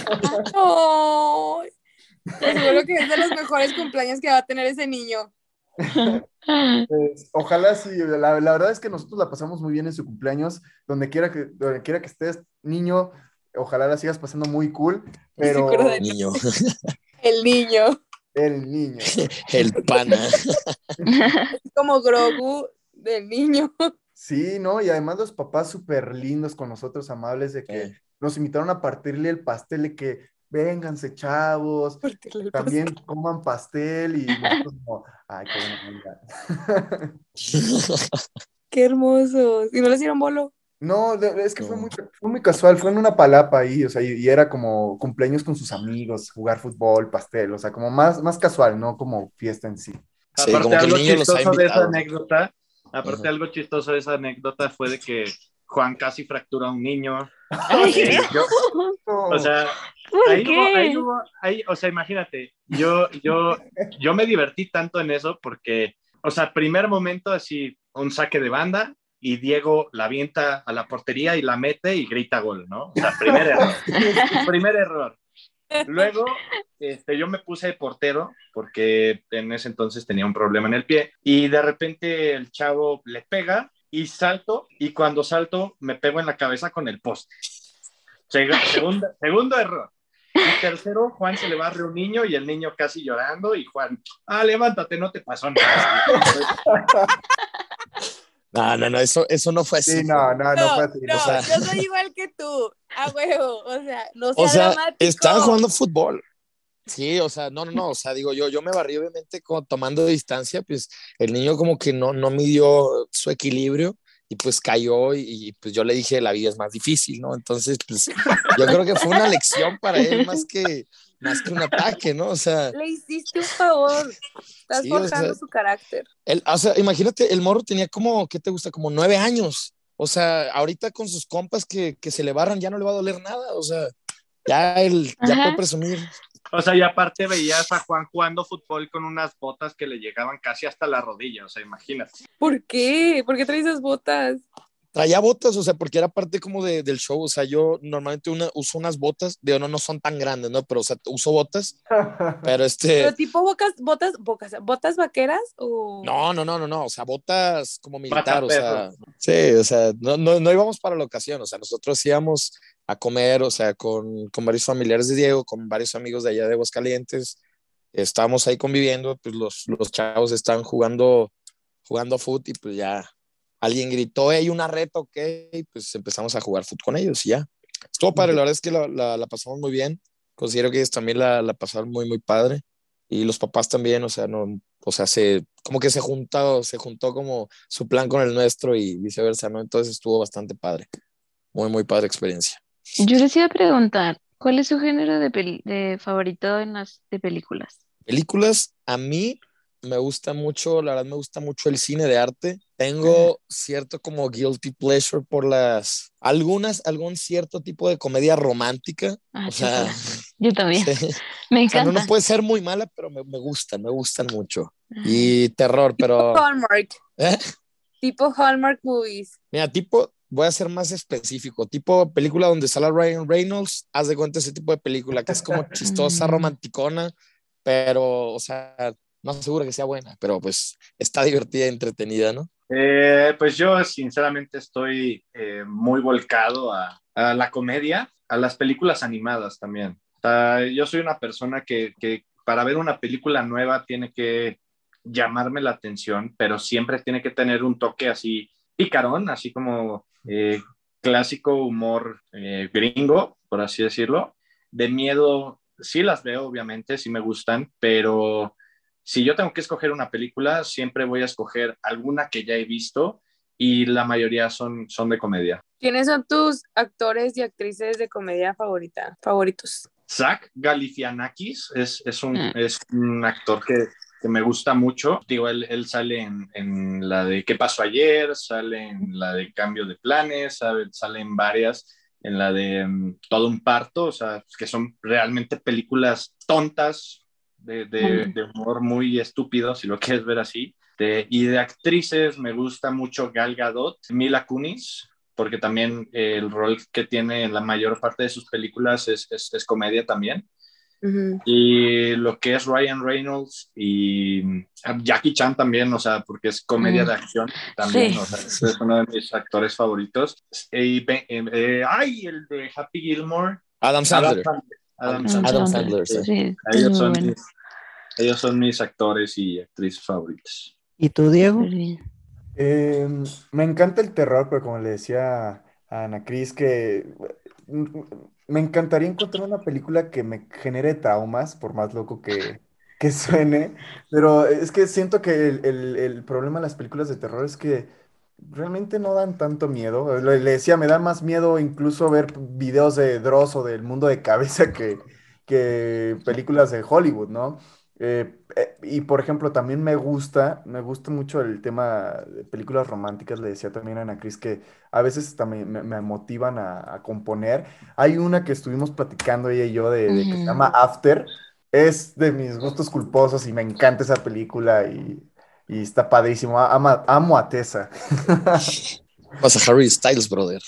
[SPEAKER 3] ¡Ay! Te aseguro que es de los mejores cumpleaños que va a tener ese niño.
[SPEAKER 4] Pues, ojalá sí, la, la verdad es que nosotros la pasamos muy bien en su cumpleaños, donde quiera que, donde quiera que estés, niño, ojalá la sigas pasando muy cool, pero
[SPEAKER 3] Se acuerda de-
[SPEAKER 6] niño,
[SPEAKER 3] El niño.
[SPEAKER 4] el niño.
[SPEAKER 6] el pana.
[SPEAKER 3] Es como Grogu del niño.
[SPEAKER 4] Sí, ¿no? Y además los papás súper lindos con nosotros, amables, de que
[SPEAKER 6] Sí.
[SPEAKER 4] nos invitaron a partirle el pastel, de que vénganse, chavos, también coman pastel, y nosotros como, ay, qué buena onda.
[SPEAKER 3] Qué hermosos. ¿Y no les dieron bolo?
[SPEAKER 4] No, de- es que fue
[SPEAKER 6] No.
[SPEAKER 4] muy, fue muy casual, fue en una palapa ahí, o sea, y, y era como cumpleaños con sus amigos, jugar fútbol, pastel, o sea, como más, más casual, no como fiesta en sí.
[SPEAKER 6] Sí,
[SPEAKER 5] Aparte,
[SPEAKER 6] como que el
[SPEAKER 5] algo
[SPEAKER 6] niño los ha
[SPEAKER 5] chistoso de esa
[SPEAKER 6] invitado.
[SPEAKER 5] anécdota, aparte,
[SPEAKER 6] Ajá.
[SPEAKER 5] algo chistoso de esa anécdota fue de que Juan casi fractura a un niño.
[SPEAKER 2] Ay,
[SPEAKER 5] Eh, yo- o sea,
[SPEAKER 2] ¿por
[SPEAKER 5] ahí no, ahí
[SPEAKER 2] qué?
[SPEAKER 5] no, ahí, o sea, imagínate, yo, yo, yo me divertí tanto en eso porque, o sea, primer momento así, un saque de banda y Diego la avienta a la portería y la mete y grita gol, ¿no? O sea, primer error. Primer error. Luego, este, yo me puse de portero porque en ese entonces tenía un problema en el pie y de repente el chavo le pega y salto y cuando salto me pego en la cabeza con el poste. Seg- segundo, segundo error. Y tercero, Juan se le va a un niño y el niño casi llorando y Juan, ah, levántate, no te pasó nada.
[SPEAKER 6] No, no, no, eso, eso no fue así.
[SPEAKER 4] Sí, no, no, no
[SPEAKER 3] No,
[SPEAKER 4] fue así, no
[SPEAKER 3] no,
[SPEAKER 4] fue
[SPEAKER 6] sea,
[SPEAKER 4] así.
[SPEAKER 3] yo soy igual que tú. A huevo. O sea, no sea
[SPEAKER 6] O sea,
[SPEAKER 3] dramático.
[SPEAKER 6] estaban jugando fútbol. Sí, o sea, no, no, no, o sea, digo, yo, yo me barrí obviamente como tomando distancia, pues el niño como que no, no midió su equilibrio y pues cayó y, y, pues yo le dije, la vida es más difícil, ¿no? Entonces, pues yo creo que fue una lección para él más que, más que un ataque, ¿no? O sea,
[SPEAKER 3] Le hiciste un favor. Estás
[SPEAKER 6] sí, o
[SPEAKER 3] forjando
[SPEAKER 6] sea,
[SPEAKER 3] su carácter.
[SPEAKER 6] él, o sea, imagínate, el morro tenía como, ¿qué te gusta? Como nueve años. O sea, ahorita con sus compas que, que se le barran ya no le va a doler nada, o sea, ya él, ya
[SPEAKER 2] Ajá.
[SPEAKER 6] puede presumir.
[SPEAKER 5] O sea, y aparte veías a Juan jugando fútbol con unas botas que le llegaban casi hasta la rodilla, o sea, imagínate.
[SPEAKER 3] ¿Por qué? ¿Por qué traes esas botas?
[SPEAKER 6] Traía botas, o sea, porque era parte como de, del show, o sea, yo normalmente una, uso unas botas, digo, no, no son tan grandes, ¿no? Pero, o sea, uso botas, pero este,
[SPEAKER 3] ¿Pero tipo bocas, botas, bocas, botas vaqueras o...?
[SPEAKER 6] no, no, no, no, no, o sea, botas como militar, o sea,
[SPEAKER 5] Mataperros.
[SPEAKER 6] sí, o sea, no, no, no íbamos para la ocasión, o sea, nosotros íbamos a comer, o sea, con, con varios familiares de Diego, con varios amigos de allá de Aguascalientes, estábamos ahí conviviendo, pues los, los chavos estaban jugando, jugando fútbol y pues ya alguien gritó, hey, una reta, ok, y pues empezamos a jugar fútbol con ellos y ya. Estuvo padre, la verdad es que la, la, la pasamos muy bien, considero que ellos también la, la pasaron muy, muy padre y los papás también, o sea, no, o sea, se, como que se juntó, se juntó como su plan con el nuestro y viceversa, ¿no? Entonces estuvo bastante padre, muy, muy padre experiencia.
[SPEAKER 2] Yo les iba a preguntar, ¿cuál es su género de, peli- de favorito en las de películas?
[SPEAKER 6] Películas, a mí me gusta mucho, la verdad me gusta mucho el cine de arte. Tengo cierto como guilty pleasure por las, algunas, algún cierto tipo de comedia romántica.
[SPEAKER 2] Ah,
[SPEAKER 6] O sea,
[SPEAKER 2] chócala. Yo también.
[SPEAKER 6] sí.
[SPEAKER 2] Me
[SPEAKER 6] O sea, no, no
[SPEAKER 2] encanta.
[SPEAKER 6] puede ser muy mala, pero me, me gustan, me gustan mucho.
[SPEAKER 2] Ay.
[SPEAKER 6] Y terror, pero...
[SPEAKER 3] Hallmark.
[SPEAKER 6] ¿eh?
[SPEAKER 3] Tipo Hallmark movies.
[SPEAKER 6] Mira, tipo, voy a ser más específico, tipo película donde sale Ryan Reynolds, haz de cuenta ese tipo de película que es como chistosa,
[SPEAKER 2] Mm.
[SPEAKER 6] romanticona, pero, o sea, no aseguro que sea buena, pero pues está divertida y entretenida, ¿no?
[SPEAKER 5] Eh, pues yo sinceramente estoy eh, muy volcado a, a la comedia, a las películas animadas también. O sea, yo soy una persona que, que para ver una película nueva tiene que llamarme la atención, pero siempre tiene que tener un toque así picarón, así como eh, clásico humor eh, gringo, por así decirlo. De miedo, sí las veo, obviamente, sí me gustan, pero si yo tengo que escoger una película, siempre voy a escoger alguna que ya he visto y la mayoría son, son de comedia.
[SPEAKER 3] ¿Quiénes son tus actores y actrices de comedia favorita, favoritos?
[SPEAKER 5] Zach Galifianakis es, es, un,
[SPEAKER 2] Mm.
[SPEAKER 5] es un actor que, que me gusta mucho. Digo, él, él sale en, en la de ¿Qué pasó ayer? Sale en la de Cambio de planes, sale, sale en varias, en la de um, Todo un parto, o sea, que son realmente películas tontas, de, de, de humor muy estúpido, si lo quieres ver así. De, y de actrices me gusta mucho Gal Gadot, Mila Kunis, porque también eh, el rol que tiene en la mayor parte de sus películas es, es, es comedia también.
[SPEAKER 3] Uh-huh.
[SPEAKER 5] Y lo que es Ryan Reynolds y Jackie Chan también, o sea, porque es comedia
[SPEAKER 2] Mm.
[SPEAKER 5] de acción también,
[SPEAKER 2] Sí.
[SPEAKER 5] o sea, es uno de mis actores favoritos. Eh, eh, eh, ay, el de Happy Gilmore.
[SPEAKER 6] Adam Sandler.
[SPEAKER 5] Adam, Adam
[SPEAKER 2] Adam
[SPEAKER 5] Sandler.
[SPEAKER 6] Adam
[SPEAKER 2] Sandler.
[SPEAKER 6] Sandler, sí.
[SPEAKER 2] Sí, es
[SPEAKER 5] Ellos
[SPEAKER 2] muy
[SPEAKER 5] son,
[SPEAKER 2] bueno.
[SPEAKER 5] mis, ellos son mis actores y actrices favoritos.
[SPEAKER 1] ¿Y tú, Diego?
[SPEAKER 2] Súper bien.
[SPEAKER 4] Eh, me encanta el terror, pero como le decía a Ana Cris, que mm, me encantaría encontrar una película que me genere traumas, por más loco que, que suene, pero es que siento que el, el- el problema de las películas de terror es que realmente no dan tanto miedo. Le, le decía, me da más miedo incluso ver videos de Dross o del Mundo de Cabeza que, que películas de Hollywood, ¿no? Eh, eh, y por ejemplo, también me gusta, me gusta mucho el tema de películas románticas, le decía también a Ana Cris que a veces también me, me motivan a, a componer. Hay una que estuvimos platicando ella y yo de, de que se
[SPEAKER 2] Ujú.
[SPEAKER 4] llama After, es de mis gustos culposos y me encanta esa película y, y está padrísimo. Ama- amo a Tessa.
[SPEAKER 6] Pasa Harry Styles, brother.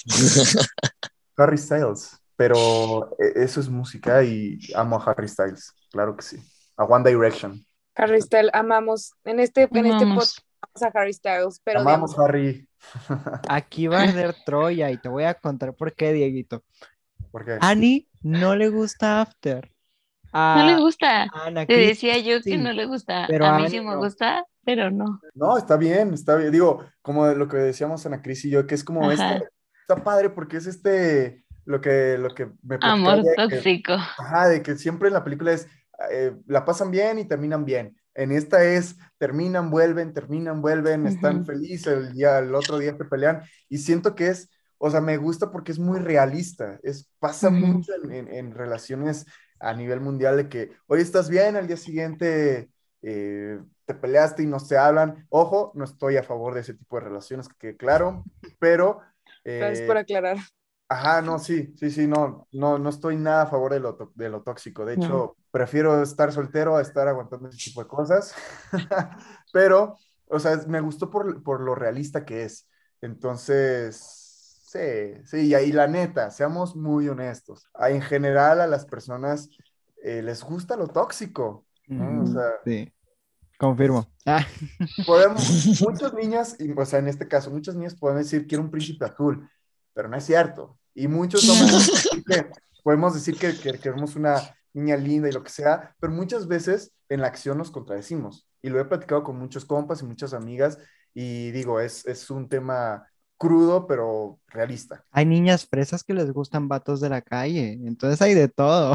[SPEAKER 4] Harry Styles, pero eh, eso es música y amo a Harry Styles, claro que sí. A One Direction.
[SPEAKER 3] Harry Styles, amamos. En este, en este
[SPEAKER 2] Vamos.
[SPEAKER 3] podcast amamos a Harry Styles, pero
[SPEAKER 4] Amamos
[SPEAKER 3] odiamos.
[SPEAKER 4] Harry.
[SPEAKER 1] Aquí va a arder Troya y te voy a contar por qué, Dieguito.
[SPEAKER 4] ¿Por qué?
[SPEAKER 1] Annie no le gusta After.
[SPEAKER 2] No le
[SPEAKER 1] A
[SPEAKER 2] gusta.
[SPEAKER 1] a Ana
[SPEAKER 2] Te
[SPEAKER 1] Cris
[SPEAKER 2] decía yo que
[SPEAKER 1] sí,
[SPEAKER 2] no le gusta.
[SPEAKER 1] pero
[SPEAKER 2] A
[SPEAKER 1] a
[SPEAKER 2] mí sí
[SPEAKER 1] Annie
[SPEAKER 2] me
[SPEAKER 1] no.
[SPEAKER 2] gusta, pero no.
[SPEAKER 4] No, está bien, está bien. Digo, como de lo que decíamos Ana Cris y yo, que es como esta,
[SPEAKER 2] Ajá.
[SPEAKER 4] está padre porque es este, lo que, lo que me platicaba
[SPEAKER 2] Amor
[SPEAKER 4] ella, que,
[SPEAKER 2] tóxico.
[SPEAKER 4] ajá, de que siempre en la película es, eh, la pasan bien y terminan bien. En esta es, terminan, vuelven, terminan, vuelven, están
[SPEAKER 2] Ujú.
[SPEAKER 4] felices, el día, el otro día se pelean, y siento que es, o sea, me gusta porque es muy realista, es, pasa
[SPEAKER 2] Ujú.
[SPEAKER 4] mucho en, en- en relaciones a nivel mundial de que hoy estás bien, al día siguiente eh, te peleaste y no se hablan. Ojo, no estoy a favor de ese tipo de relaciones, que quede claro, pero...
[SPEAKER 3] Gracias
[SPEAKER 4] eh,
[SPEAKER 3] por aclarar.
[SPEAKER 4] Ajá, no, sí, sí, sí, no, no, no estoy nada a favor de lo, tó- de lo tóxico. De
[SPEAKER 2] No.
[SPEAKER 4] hecho, prefiero estar soltero a estar aguantando ese tipo de cosas. Pero, o sea, es- me gustó por, por lo realista que es. Entonces, sí, sí, y ahí la neta, seamos muy honestos. A- En general, a las personas eh, les gusta lo tóxico, ¿no? O
[SPEAKER 1] Ujú,
[SPEAKER 4] sea,
[SPEAKER 1] sí, confirmo. Ah,
[SPEAKER 4] podemos, muchas niñas, y, o sea, en este caso, muchas niñas pueden decir quiero un príncipe azul, pero no es cierto. Y muchos hombres
[SPEAKER 2] No.
[SPEAKER 4] podemos decir que, podemos decir que, que queremos una niña linda y lo que sea, pero muchas veces en la acción nos contradecimos. Y lo he platicado con muchos compas y muchas amigas, y digo, es, es un tema crudo, pero realista.
[SPEAKER 1] hay niñas fresas que les gustan vatos de la calle, entonces hay de todo.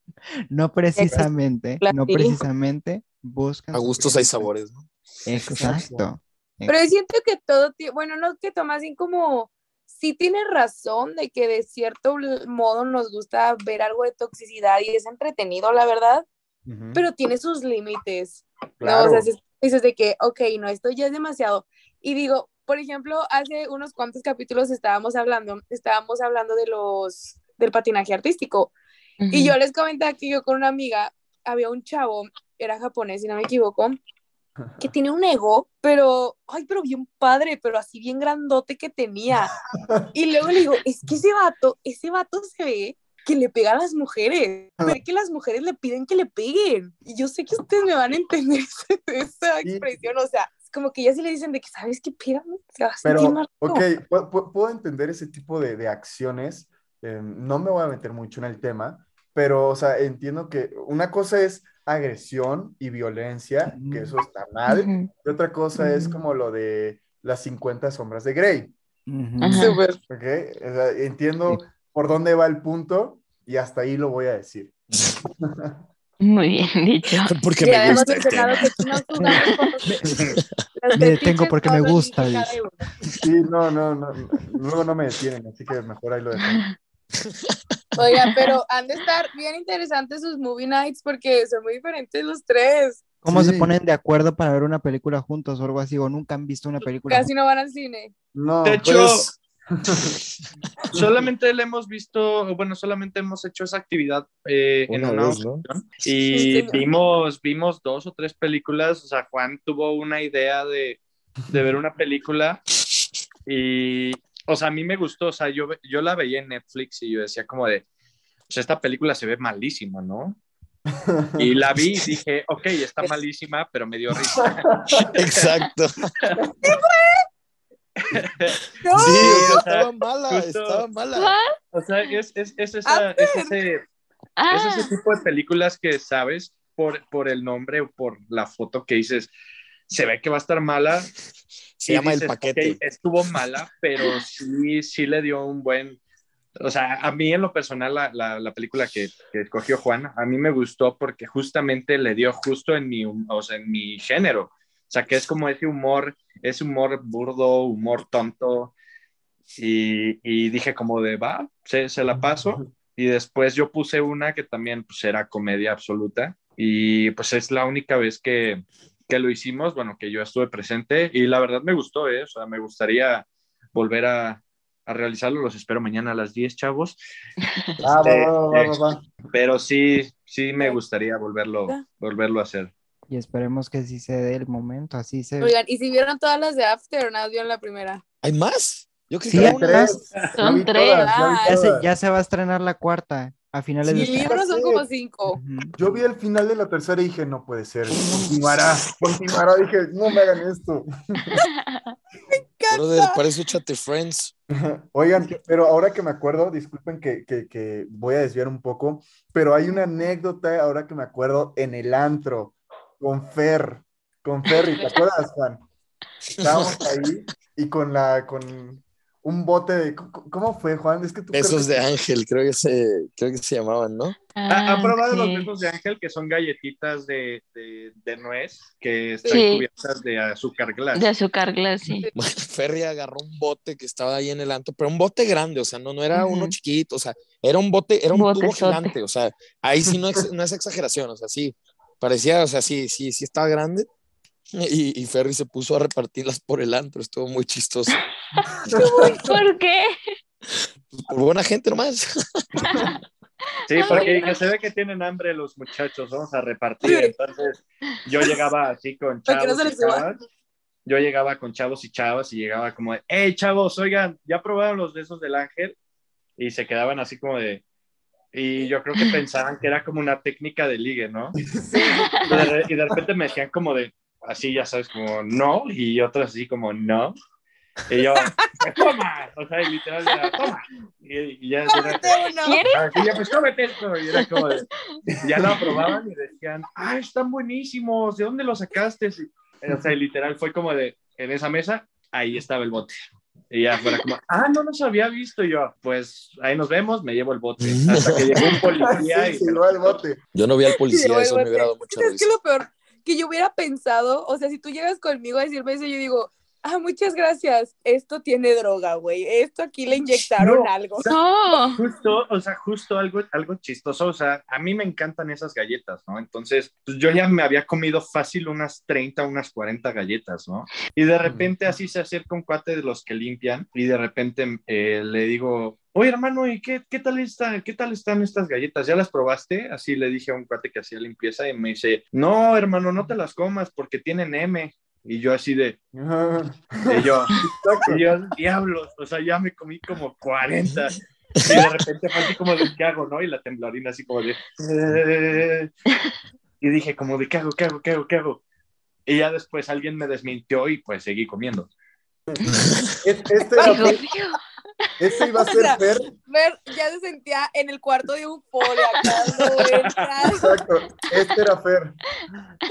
[SPEAKER 1] No precisamente, no
[SPEAKER 3] Sí.
[SPEAKER 1] precisamente buscan
[SPEAKER 6] A
[SPEAKER 1] su
[SPEAKER 6] gustos hay
[SPEAKER 1] príncipe.
[SPEAKER 6] sabores, ¿no?
[SPEAKER 1] Exacto.
[SPEAKER 3] Pero yo siento que todo, ti- bueno, no que Tomás, bien como, sí tiene razón de que de cierto l- modo nos gusta ver algo de toxicidad y es entretenido, la verdad,
[SPEAKER 4] Ujú.
[SPEAKER 3] pero tiene sus límites, ¿no? O
[SPEAKER 4] Claro.
[SPEAKER 3] sea, si dices de que, ok, no, esto ya es demasiado. Y digo, por ejemplo, hace unos cuantos capítulos estábamos hablando, estábamos hablando de los, del patinaje artístico. Y yo
[SPEAKER 2] Ujú.
[SPEAKER 3] les comentaba que yo con una amiga, había un chavo, era japonés, si no me equivoco, que tiene un ego, pero, ay, pero bien padre, pero así bien grandote que tenía. Y luego le digo, es que ese vato, ese vato se ve que le pega a las mujeres, se ve que las mujeres le piden que le peguen. Y yo sé que ustedes me van a entender esa, esa
[SPEAKER 4] Sí.
[SPEAKER 3] expresión, o sea, es como que ya si le dicen de que, ¿sabes qué? Pégame, se va a sentir
[SPEAKER 4] Pero,
[SPEAKER 3] más
[SPEAKER 4] ok,
[SPEAKER 3] rico.
[SPEAKER 4] pu- pu- puedo entender ese tipo de, de acciones. eh, no me voy a meter mucho en el tema, pero, o sea, entiendo que una cosa es agresión y violencia, que eso está mal,
[SPEAKER 2] Ujú.
[SPEAKER 4] y otra cosa es
[SPEAKER 2] Ujú.
[SPEAKER 4] como lo de las cincuenta sombras de Grey.
[SPEAKER 1] Ujú.
[SPEAKER 2] Ajá.
[SPEAKER 3] Súper.
[SPEAKER 4] ¿ok? O sea, entiendo por dónde va el punto y hasta ahí lo voy a decir.
[SPEAKER 2] Muy bien dicho.
[SPEAKER 6] Porque
[SPEAKER 3] Ya
[SPEAKER 6] me
[SPEAKER 3] habíamos
[SPEAKER 6] gusta el
[SPEAKER 3] mencionado
[SPEAKER 6] tema.
[SPEAKER 3] que aquí nos jugamos con los, los
[SPEAKER 1] Me detengo
[SPEAKER 3] fetiches,
[SPEAKER 1] porque me
[SPEAKER 3] todos
[SPEAKER 1] gusta,
[SPEAKER 3] elige cada
[SPEAKER 1] dice.
[SPEAKER 3] uno.
[SPEAKER 4] Sí, no, no, no, no, luego no me detienen, así que mejor ahí lo dejamos.
[SPEAKER 3] Oiga, pero han de estar bien interesantes sus movie nights porque son muy diferentes los tres.
[SPEAKER 1] ¿Cómo se
[SPEAKER 4] Sí.
[SPEAKER 1] ponen de acuerdo para ver una película juntos o algo así? ¿O nunca han visto una película
[SPEAKER 3] Casi no van al cine.
[SPEAKER 4] No,
[SPEAKER 5] De hecho,
[SPEAKER 6] Pues,
[SPEAKER 5] solamente le hemos visto, bueno, solamente hemos hecho esa actividad eh, en
[SPEAKER 6] una
[SPEAKER 5] una
[SPEAKER 6] vez, ¿no?
[SPEAKER 5] ocasión
[SPEAKER 3] Sí,
[SPEAKER 5] y
[SPEAKER 3] señor.
[SPEAKER 5] vimos, vimos dos o tres películas. O sea, Juan tuvo una idea de, de ver una película y, o sea, a mí me gustó. O sea, yo, yo la veía en Netflix y yo decía como de, pues esta película se ve malísima, ¿no? Y la vi y dije, ok, está malísima, pero me dio risa.
[SPEAKER 6] Exacto.
[SPEAKER 3] ¡No!
[SPEAKER 6] Sí,
[SPEAKER 5] o sea,
[SPEAKER 6] estaba mala,
[SPEAKER 5] justo-
[SPEAKER 6] estaba mala.
[SPEAKER 2] ¿What?
[SPEAKER 5] O sea, es, es, es, esa, es, ese, es
[SPEAKER 2] Ah,
[SPEAKER 5] ese tipo de películas que sabes por, por el nombre o por la foto que dices, se ve que va a estar mala.
[SPEAKER 6] Se
[SPEAKER 5] y
[SPEAKER 6] llama
[SPEAKER 5] dices,
[SPEAKER 6] El Paquete.
[SPEAKER 5] "Ok, estuvo mala, pero sí, sí le dio un buen... O sea, a mí en lo personal la, la, la película que, que escogió Juan, a mí me gustó porque justamente le dio justo en mi, o sea, en mi género. O sea, que es como ese humor, ese humor burdo, humor tonto. Y, y dije como de, va, se, se la paso. Y después yo puse una que también pues, era comedia absoluta. Y pues es la única vez que, que lo hicimos, bueno, que yo estuve presente. Y la verdad me gustó, ¿eh? O sea, me gustaría volver a, a realizarlo. Los espero mañana a las diez, chavos.
[SPEAKER 4] Ah, va,
[SPEAKER 5] Este,
[SPEAKER 4] va, va, va, va.
[SPEAKER 5] pero sí, sí me gustaría volverlo, volverlo a hacer.
[SPEAKER 1] Y esperemos que sí se dé el momento, así se...
[SPEAKER 3] Oigan, ¿y si vieron todas las de After o nada vieron la primera?
[SPEAKER 6] ¿Hay más? Yo creo
[SPEAKER 1] Sí,
[SPEAKER 6] que
[SPEAKER 1] hay
[SPEAKER 6] era una.
[SPEAKER 1] más.
[SPEAKER 4] Ya
[SPEAKER 2] Son
[SPEAKER 4] vi
[SPEAKER 2] tres.
[SPEAKER 4] todas, ya vi
[SPEAKER 3] Ah,
[SPEAKER 1] Ya se,
[SPEAKER 4] todas.
[SPEAKER 1] ya se va a estrenar la cuarta a finales de
[SPEAKER 3] Y
[SPEAKER 1] este año.
[SPEAKER 3] libros son
[SPEAKER 4] sí.
[SPEAKER 3] como cinco.
[SPEAKER 1] Ujú.
[SPEAKER 4] Yo vi el final de la tercera y dije, no puede ser, continuará, continuará. Dije, no me hagan esto.
[SPEAKER 6] Brother, parece Chate Friends.
[SPEAKER 4] Oigan, pero ahora que me acuerdo, disculpen que, que, que voy a desviar un poco, pero hay una anécdota, ahora que me acuerdo, en el antro, con Fer, con Ferry, ¿te acuerdas, Juan? Estábamos ahí y con la, con un bote de, ¿cómo fue, Juan? Es que tú
[SPEAKER 6] Besos
[SPEAKER 4] creo
[SPEAKER 6] de Ángel, creo que se, creo que se llamaban, ¿no?
[SPEAKER 5] ¿Ha- ¿Han
[SPEAKER 2] Ah,
[SPEAKER 5] probado
[SPEAKER 2] ok.
[SPEAKER 5] los besos de Ángel, que son galletitas de, de, de nuez que están
[SPEAKER 2] Sí.
[SPEAKER 5] cubiertas de azúcar glass?
[SPEAKER 2] De azúcar glass, sí.
[SPEAKER 6] Bueno, Ferry agarró un bote que estaba ahí en el antro, pero un bote grande, o sea, no, no era uno
[SPEAKER 2] Ujú.
[SPEAKER 6] chiquito, o sea, era un bote, era un tubo
[SPEAKER 2] Botezote.
[SPEAKER 6] gigante, o sea, ahí sí no, ex- no es exageración, o sea, sí, parecía, o sea, sí, sí, sí estaba grande. Y, y Ferry se puso a repartirlas por el antro, estuvo muy chistoso.
[SPEAKER 2] ¿Por qué?
[SPEAKER 6] Pues por buena gente nomás.
[SPEAKER 5] Sí,
[SPEAKER 2] Ay,
[SPEAKER 5] porque
[SPEAKER 2] no.
[SPEAKER 5] dije, se ve que tienen hambre los muchachos, vamos a repartir. Entonces, yo llegaba así con
[SPEAKER 3] Para que no
[SPEAKER 5] chavos
[SPEAKER 3] se
[SPEAKER 5] y
[SPEAKER 3] les suba.
[SPEAKER 5] chavas. Yo llegaba con chavos y chavas y llegaba como de, hey, chavos, oigan, ¿ya probaron los besos del Ángel? Y se quedaban así como de... Y yo creo que pensaban que era como una técnica de ligue, ¿no?
[SPEAKER 4] Sí, sí,
[SPEAKER 5] Y de, re- y de repente me decían como de, así, ya sabes, como no, y otros así como no. Y yo, pues toma, o sea, y literal era, toma. Y, y ya era,
[SPEAKER 3] Cómete uno.
[SPEAKER 2] ¿Quieres?
[SPEAKER 5] ah, y ya, pues cómete esto. Y era como de, ya lo aprobaban y decían, ah, están buenísimos, ¿de dónde los sacaste? Y, o sea, y literal fue como de, en esa mesa, ahí estaba el bote. Y ya fuera como, ah, no los había visto. Y yo, pues ahí nos vemos, me llevo el bote. Hasta que llegó un policía
[SPEAKER 4] sí,
[SPEAKER 5] y
[SPEAKER 4] se llevó el bote.
[SPEAKER 6] Yo no vi al policía,
[SPEAKER 3] Llevo el
[SPEAKER 6] eso me
[SPEAKER 3] bote.
[SPEAKER 6] hubiera dado mucha
[SPEAKER 3] ¿Sabes qué
[SPEAKER 6] risa.
[SPEAKER 3] es lo peor? Que yo hubiera pensado, o sea, si tú llegas conmigo a decirme eso, yo digo, ah, muchas gracias, esto tiene droga, güey, esto aquí le inyectaron
[SPEAKER 5] No.
[SPEAKER 3] algo.
[SPEAKER 2] No.
[SPEAKER 5] Justo, o sea, justo algo, algo chistoso, o sea, a mí me encantan esas galletas, ¿no? Entonces, pues yo ya me había comido fácil unas treinta, unas cuarenta galletas, ¿no? Y de repente así se acerca un cuate de los que limpian y de repente eh, le digo, oye, hermano, ¿y qué, qué, tal está, qué tal están estas galletas? ¿Ya las probaste? Así le dije a un cuate que hacía limpieza y me dice, no, hermano, no te las comas porque tienen M. Y yo así de,
[SPEAKER 4] Ajá.
[SPEAKER 5] y yo,
[SPEAKER 4] Exacto.
[SPEAKER 5] y yo, diablos, o sea, ya me comí como cuarenta. Y de repente fue así como de, ¿qué hago, no? Y la temblorina así como de... "Eh". Y dije como de, ¿qué hago, qué hago, qué hago, qué hago? Y ya después alguien me desmintió y pues seguí comiendo.
[SPEAKER 4] Es- Este,
[SPEAKER 3] Ay,
[SPEAKER 4] era-
[SPEAKER 2] Dios.
[SPEAKER 4] este iba a
[SPEAKER 3] O
[SPEAKER 4] ser
[SPEAKER 3] sea,
[SPEAKER 4] Fer.
[SPEAKER 3] Ver, ya se sentía en el cuarto de euforia, dando vueltas.
[SPEAKER 4] Exacto, este era Fer.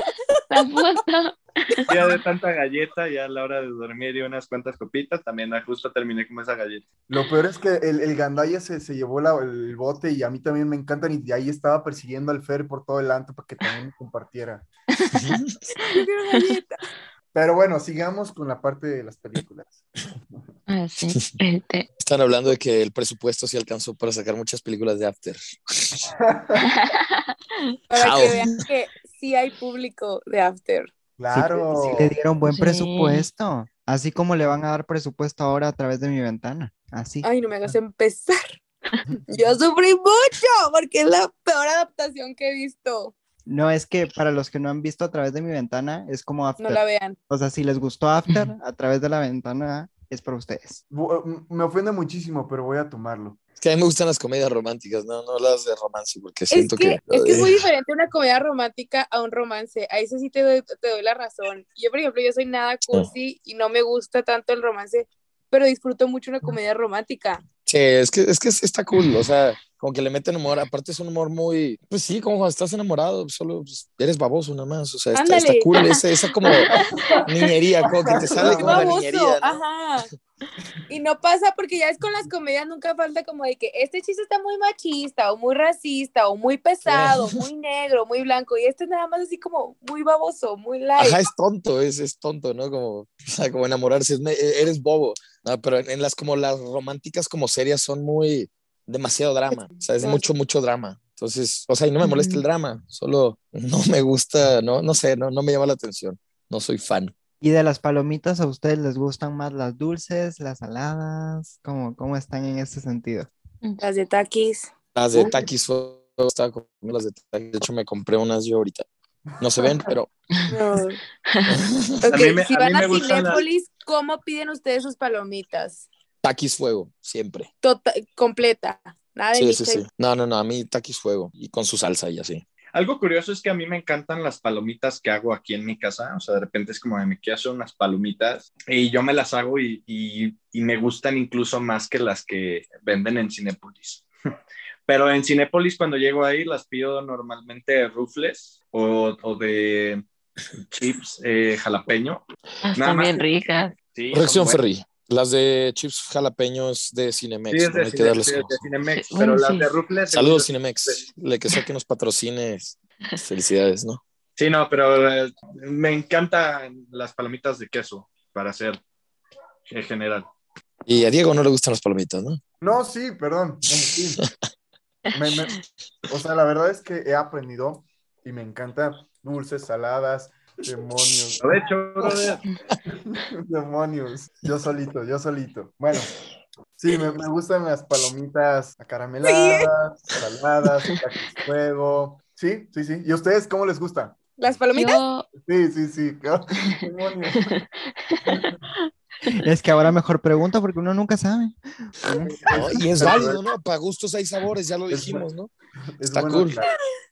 [SPEAKER 2] La foto.
[SPEAKER 5] Ya de tanta galleta, ya a la hora de dormir y unas cuantas copitas, también justo terminé con esa galleta.
[SPEAKER 4] Lo peor es que el, el gandaya se, se llevó la- el bote y a mí también me encantan y de ahí estaba persiguiendo al Fer por todo el antro para que también me compartiera.
[SPEAKER 3] Yo quiero galleta.
[SPEAKER 4] Pero bueno, sigamos con la parte de las películas.
[SPEAKER 2] Ah, sí. Este.
[SPEAKER 6] Están hablando de que el presupuesto sí alcanzó para sacar muchas películas de After.
[SPEAKER 3] Para
[SPEAKER 6] How?
[SPEAKER 3] que vean que sí hay público de After.
[SPEAKER 4] Claro.
[SPEAKER 1] Sí, le dieron buen
[SPEAKER 2] Sí.
[SPEAKER 1] presupuesto, así como le van a dar presupuesto ahora a través de Mi Ventana, así.
[SPEAKER 3] Ay, no me hagas empezar. Yo sufrí mucho porque es la peor adaptación que he visto.
[SPEAKER 1] No, es que para los que no han visto a través de Mi Ventana, es como
[SPEAKER 3] No
[SPEAKER 1] After.
[SPEAKER 3] la vean.
[SPEAKER 1] O sea, si les gustó After, a través de la ventana, es para ustedes.
[SPEAKER 4] Bu- Me ofende muchísimo, pero voy a tomarlo.
[SPEAKER 6] Es que a mí me gustan las comedias románticas, no, no las de romance, porque
[SPEAKER 3] Es
[SPEAKER 6] siento
[SPEAKER 3] que,
[SPEAKER 6] que...
[SPEAKER 3] es que es muy diferente una comedia romántica a un romance. Ahí sí te doy, te doy la razón. Yo, por ejemplo, yo soy nada cursi y no me gusta tanto el romance, pero disfruto mucho una comedia romántica.
[SPEAKER 6] Sí, es que, es que está cool, o sea, como que le meten humor, aparte es un humor muy, pues sí, como cuando estás enamorado, solo pues, eres baboso nada más, o sea, está, está
[SPEAKER 3] Ándale.
[SPEAKER 6] cool, esa, esa como niñería, como que te sale
[SPEAKER 3] Muy
[SPEAKER 6] como la
[SPEAKER 3] baboso,
[SPEAKER 6] niñería, ¿no?
[SPEAKER 3] ajá. Y no pasa porque ya es con las comedias, nunca falta como de que este chiste está muy machista o muy racista o muy pesado,
[SPEAKER 6] Sí.
[SPEAKER 3] muy negro, muy blanco y este es nada más así como muy baboso, muy light.
[SPEAKER 6] Ajá, es tonto, es, es tonto, ¿no? Como, o sea, como enamorarse, es me- eres bobo, ¿no? Pero en, en las como las románticas como serias son muy, demasiado drama, o sea, es mucho, mucho drama. Entonces, o sea, y no me molesta el drama, solo no me gusta, no, no sé, no, no me llama la atención, no soy fan.
[SPEAKER 1] ¿Y de las palomitas a ustedes les gustan más las dulces, las saladas? ¿Cómo, cómo están en ese sentido?
[SPEAKER 3] Las de Takis.
[SPEAKER 6] Las de Takis, fue- estaba comiendo las de Takis, de hecho me compré unas yo ahorita. No se ven, pero
[SPEAKER 3] No. Ok,
[SPEAKER 5] A mí me-
[SPEAKER 3] si
[SPEAKER 5] a mí
[SPEAKER 3] van a,
[SPEAKER 5] me gustan las-
[SPEAKER 3] Cinépolis, ¿cómo piden ustedes sus palomitas?
[SPEAKER 6] Takis fuego, siempre.
[SPEAKER 3] Tota- completa, nada de
[SPEAKER 6] Sí, sí,
[SPEAKER 3] micha y-
[SPEAKER 6] sí. No, no, no, a mí Takis fuego y con su salsa y así.
[SPEAKER 5] Algo curioso es que a mí me encantan las palomitas que hago aquí en mi casa. O sea, de repente es como de me quiero hacer unas palomitas y yo me las hago y, y, y me gustan incluso más que las que venden en Cinépolis. Pero en Cinépolis cuando llego ahí las pido normalmente de rufles o, o de chips eh, jalapeño.
[SPEAKER 2] Ah,
[SPEAKER 5] Nada
[SPEAKER 2] están
[SPEAKER 5] más
[SPEAKER 2] bien
[SPEAKER 5] que-
[SPEAKER 2] ricas.
[SPEAKER 5] Sí, son
[SPEAKER 6] Corrección,
[SPEAKER 5] buenas.
[SPEAKER 6] Ferry. Las de chips jalapeños de Cinemex,
[SPEAKER 5] Sí, es
[SPEAKER 6] no
[SPEAKER 5] de,
[SPEAKER 6] hay que
[SPEAKER 5] Cine-
[SPEAKER 6] darles
[SPEAKER 5] sí, es de
[SPEAKER 6] ojo.
[SPEAKER 5] Cinemex,
[SPEAKER 2] Sí,
[SPEAKER 5] pero
[SPEAKER 2] bueno,
[SPEAKER 5] las
[SPEAKER 2] sí.
[SPEAKER 5] de rufles... según
[SPEAKER 6] Saludos,
[SPEAKER 5] yo-
[SPEAKER 6] Cinemex. Le que sea que nos patrocine. Felicidades, ¿no?
[SPEAKER 5] Sí, no, pero eh, me encantan las palomitas de queso para hacer en general.
[SPEAKER 6] Y a Diego no le gustan las palomitas, ¿no?
[SPEAKER 4] No, sí, perdón. En fin. Me- me- o sea, la verdad es que he aprendido y me encanta dulces, saladas, demonios.
[SPEAKER 5] Aprovecho, brother.
[SPEAKER 4] Demonios. Yo solito, yo solito. Bueno, sí, me, me gustan las palomitas acarameladas, saladas, tacos fuego. Sí, sí, sí. ¿Y a ustedes cómo les gusta?
[SPEAKER 3] ¿Las palomitas?
[SPEAKER 2] Yo,
[SPEAKER 4] Sí, sí, sí. Demonios.
[SPEAKER 1] Es que ahora mejor pregunta porque uno nunca sabe.
[SPEAKER 6] No, y es válido, ¿no? Para gustos hay sabores, ya lo
[SPEAKER 4] Es
[SPEAKER 6] dijimos, ¿no?
[SPEAKER 4] Es
[SPEAKER 6] Está
[SPEAKER 4] bueno,
[SPEAKER 6] cool.
[SPEAKER 4] claro.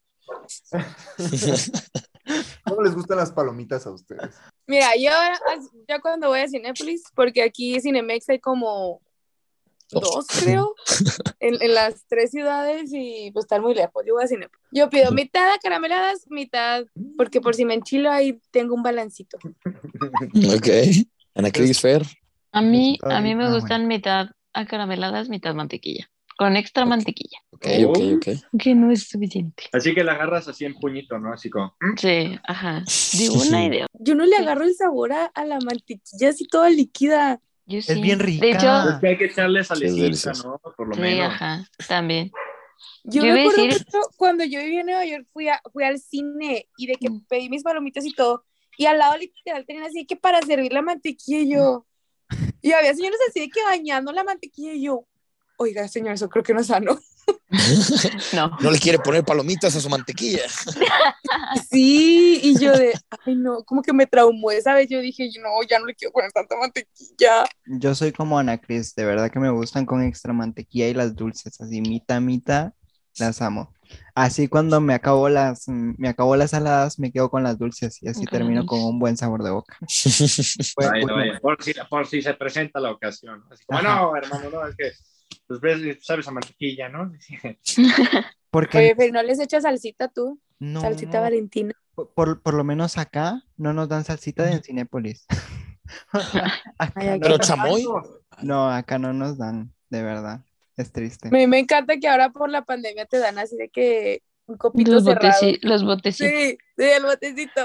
[SPEAKER 4] ¿Cómo les gustan las palomitas a ustedes?
[SPEAKER 3] Mira, yo ahora, yo cuando voy a Cinépolis, porque aquí Cinemex hay como dos, creo, en, en las tres ciudades y pues están muy lejos. Yo voy a Cinépolis. Yo pido mitad acarameladas, mitad, porque por si me enchilo ahí tengo un balancito.
[SPEAKER 6] Ok. Ana Cris, Fer.
[SPEAKER 2] a mí,
[SPEAKER 1] Está
[SPEAKER 2] a mí
[SPEAKER 1] bien,
[SPEAKER 2] me
[SPEAKER 1] ah,
[SPEAKER 2] gustan mitad acarameladas, mitad mantequilla. Con extra mantequilla.
[SPEAKER 6] Ok, ok, ok.
[SPEAKER 2] Que no es suficiente.
[SPEAKER 5] Así que la agarras así en puñito, ¿no? Así como... ¿mm?
[SPEAKER 2] Sí, ajá. De una y de otra.
[SPEAKER 3] Yo no le agarro el sabor a, a la mantequilla así toda líquida.
[SPEAKER 2] Yo
[SPEAKER 1] Es
[SPEAKER 2] sí.
[SPEAKER 1] bien
[SPEAKER 2] De
[SPEAKER 1] rica.
[SPEAKER 2] hecho,
[SPEAKER 5] Es que hay que echarle salecita,
[SPEAKER 6] delicioso.
[SPEAKER 5] ¿no? Por lo
[SPEAKER 2] sí,
[SPEAKER 5] menos.
[SPEAKER 2] ajá, también.
[SPEAKER 3] Yo,
[SPEAKER 2] Yo
[SPEAKER 3] me
[SPEAKER 2] iba a
[SPEAKER 3] acuerdo
[SPEAKER 2] decir-
[SPEAKER 3] mucho cuando yo vivía en Nueva York, fui, a, fui al cine y de que
[SPEAKER 2] Mm.
[SPEAKER 3] pedí mis palomitas y todo, y al lado literal tenían así que para servir la mantequilla y yo, y había señores así de que bañando la mantequilla y yo, oiga señor, eso creo que no es sano.
[SPEAKER 2] No.
[SPEAKER 6] No le quiere poner palomitas a su mantequilla.
[SPEAKER 3] Sí, y yo de, ay no, como que me traumó esa vez, yo dije, no, ya no le quiero poner tanta mantequilla.
[SPEAKER 1] Yo soy como Ana Cris, de verdad que me gustan con extra mantequilla y las dulces, así mitad, mitad, las amo. Así cuando me acabo las, mm, me acabo las saladas, me quedo con las dulces y así
[SPEAKER 2] Con las
[SPEAKER 1] termino
[SPEAKER 2] dulces.
[SPEAKER 1] con un buen sabor de boca. Fue
[SPEAKER 5] Vaya,
[SPEAKER 1] un-
[SPEAKER 5] vaya, por, si, por si se presenta la ocasión. Así como,
[SPEAKER 1] Ajá.
[SPEAKER 5] no, hermano, no, es que pues ves, sabes a mantequilla, ¿no?
[SPEAKER 1] Porque
[SPEAKER 3] Oye, pero no les echas salsita tú,
[SPEAKER 1] no,
[SPEAKER 3] salsita Valentina.
[SPEAKER 1] por, por, por lo menos acá no nos dan salsita de Cinépolis. Acá
[SPEAKER 3] Ay,
[SPEAKER 1] no,
[SPEAKER 6] Pero
[SPEAKER 3] acá-
[SPEAKER 6] chamoy,
[SPEAKER 1] no, acá no nos dan, de verdad. Es triste.
[SPEAKER 3] Me, me encanta que ahora por la pandemia te dan así de que un copito
[SPEAKER 2] Los
[SPEAKER 3] cerrado.
[SPEAKER 2] boteci- los botecitos.
[SPEAKER 3] Sí, sí, el botecito.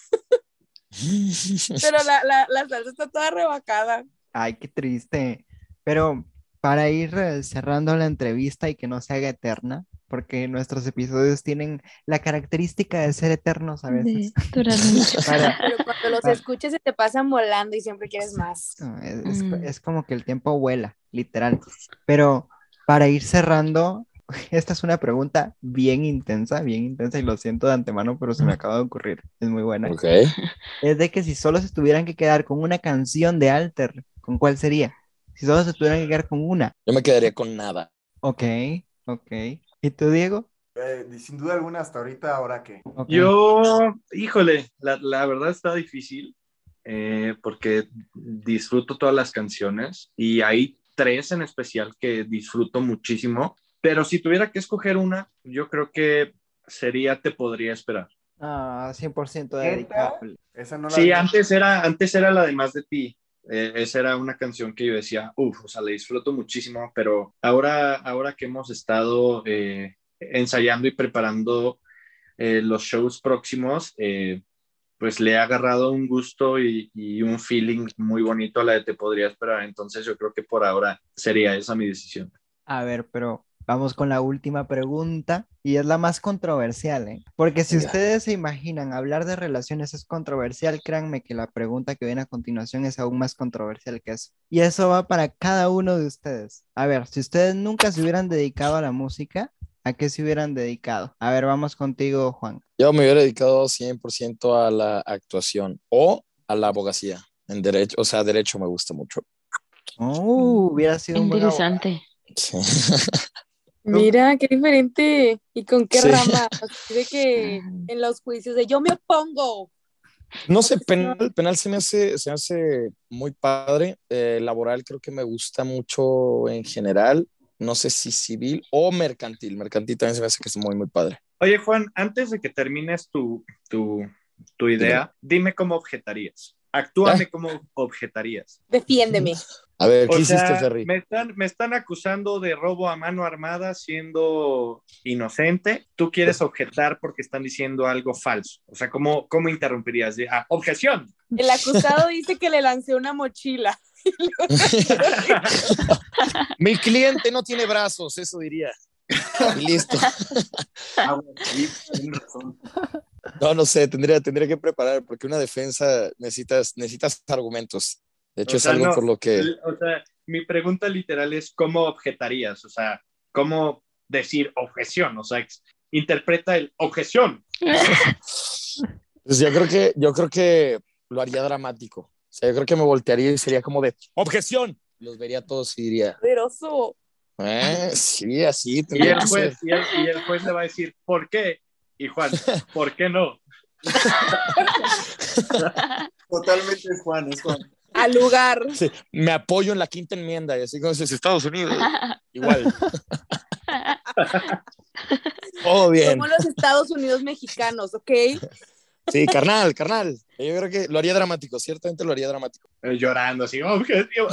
[SPEAKER 3] Pero la, la, la salsa está toda rebacada.
[SPEAKER 1] Ay, qué triste. Pero para ir eh, cerrando la entrevista y que no se haga eterna, porque nuestros episodios tienen la característica de ser eternos a veces.
[SPEAKER 2] De durar mucho.
[SPEAKER 1] Para,
[SPEAKER 3] Pero cuando los
[SPEAKER 1] para-
[SPEAKER 3] escuches se te pasan volando y siempre quieres más.
[SPEAKER 1] no, es, es-
[SPEAKER 2] Mm.
[SPEAKER 1] es como que el tiempo vuela, literal. Pero para ir cerrando, esta es una pregunta bien intensa, bien intensa, y lo siento de antemano, pero se me acaba de ocurrir. Es muy buena.
[SPEAKER 6] ok.
[SPEAKER 1] Es de que si solo se tuvieran que quedar con una canción de Alter, ¿con cuál sería? Si solo se tuvieran que quedar con una.
[SPEAKER 6] Yo me quedaría con nada.
[SPEAKER 1] Ok, ok. ¿Y tú, Diego?
[SPEAKER 4] Eh, sin duda alguna, hasta ahorita, ¿ahora qué?
[SPEAKER 1] Ok.
[SPEAKER 5] Yo, híjole, la, la verdad está difícil eh, porque disfruto todas las canciones y hay tres en especial que disfruto muchísimo, pero si tuviera que escoger una, yo creo que sería Te Podría Esperar.
[SPEAKER 1] Ah, cien por ciento
[SPEAKER 4] ¿Neta?
[SPEAKER 1] dedicable.
[SPEAKER 4] Esa no la
[SPEAKER 5] Sí,
[SPEAKER 4] vi.
[SPEAKER 5] antes era, antes era la de Más de Ti. Eh, esa era una canción que yo decía, uff, o sea, la disfruto muchísimo, pero ahora, ahora que hemos estado eh, ensayando y preparando eh, los shows próximos, eh, pues le he agarrado un gusto y, y un feeling muy bonito a la de Te Podría Esperar. Entonces yo creo que por ahora sería esa mi decisión.
[SPEAKER 1] A ver, pero vamos con la última pregunta y es la más controversial, ¿eh? Porque si
[SPEAKER 6] Venga.
[SPEAKER 1] ustedes se imaginan hablar de relaciones es controversial, créanme que la pregunta que viene a continuación es aún más controversial que eso. Y eso va para cada uno de ustedes. A ver, si ustedes nunca se hubieran dedicado a la música, ¿a qué se hubieran dedicado? A ver, vamos contigo, Juan.
[SPEAKER 6] Yo me hubiera dedicado cien por ciento a la actuación o a la abogacía. En derecho, o sea, derecho me gusta mucho.
[SPEAKER 1] Oh, hubiera sido un buen abogado.
[SPEAKER 2] Interesante.
[SPEAKER 6] Sí.
[SPEAKER 3] Mira, qué diferente. ¿Y con qué
[SPEAKER 6] Sí.
[SPEAKER 3] rama? Así de que en los juicios de yo me opongo.
[SPEAKER 6] No sé, penal, penal se me hace, se me hace muy padre. Eh, laboral creo que me gusta mucho en general. No sé si civil o mercantil. Mercantil también se me hace que es muy, muy padre.
[SPEAKER 5] Oye, Juan, antes de que termines tu, tu, tu idea, dime cómo objetarías. Actúame
[SPEAKER 6] ¿Eh?
[SPEAKER 5] como objetarías.
[SPEAKER 3] Defiéndeme.
[SPEAKER 6] A ver, ¿qué
[SPEAKER 5] O
[SPEAKER 6] hiciste,
[SPEAKER 5] sea,
[SPEAKER 6] Ferry?
[SPEAKER 5] me están, me están acusando de robo a mano armada siendo inocente. Tú quieres objetar porque están diciendo algo falso. O sea, ¿cómo, cómo interrumpirías? De, ah, objeción.
[SPEAKER 3] El acusado dice que le lancé una mochila.
[SPEAKER 6] Mi cliente no tiene brazos, eso diría. Y listo.
[SPEAKER 4] Ah, bueno, sí, tienes razón.
[SPEAKER 6] No, no sé, tendría, tendría que preparar porque una defensa necesitas, necesitas argumentos. De hecho,
[SPEAKER 5] O
[SPEAKER 6] es
[SPEAKER 5] sea,
[SPEAKER 6] algo
[SPEAKER 5] no,
[SPEAKER 6] por lo que...
[SPEAKER 5] O sea, mi pregunta literal es ¿cómo objetarías? O sea, ¿cómo decir objeción? O sea, ex- interpreta el objeción.
[SPEAKER 6] Pues yo creo que, yo creo que lo haría dramático. O sea, yo creo que me voltearía y sería como de ¡objeción! Los vería a todos y diría,
[SPEAKER 3] Poderoso.
[SPEAKER 6] eh, sí, así
[SPEAKER 5] Y
[SPEAKER 6] tendría
[SPEAKER 5] el
[SPEAKER 6] que
[SPEAKER 5] juez,
[SPEAKER 6] ser.
[SPEAKER 5] y el, y el juez le va a decir ¿por qué? Y Juan, ¿por qué no?
[SPEAKER 4] Totalmente es Juan, es Juan.
[SPEAKER 3] Al lugar.
[SPEAKER 6] Sí, me apoyo en la quinta enmienda y así como dices Estados Unidos. Igual. Todo bien.
[SPEAKER 3] Somos los Estados Unidos mexicanos, ¿ok?
[SPEAKER 6] Sí, carnal, carnal. Yo creo que lo haría dramático, ciertamente lo haría dramático.
[SPEAKER 5] Eh, llorando así, objeción.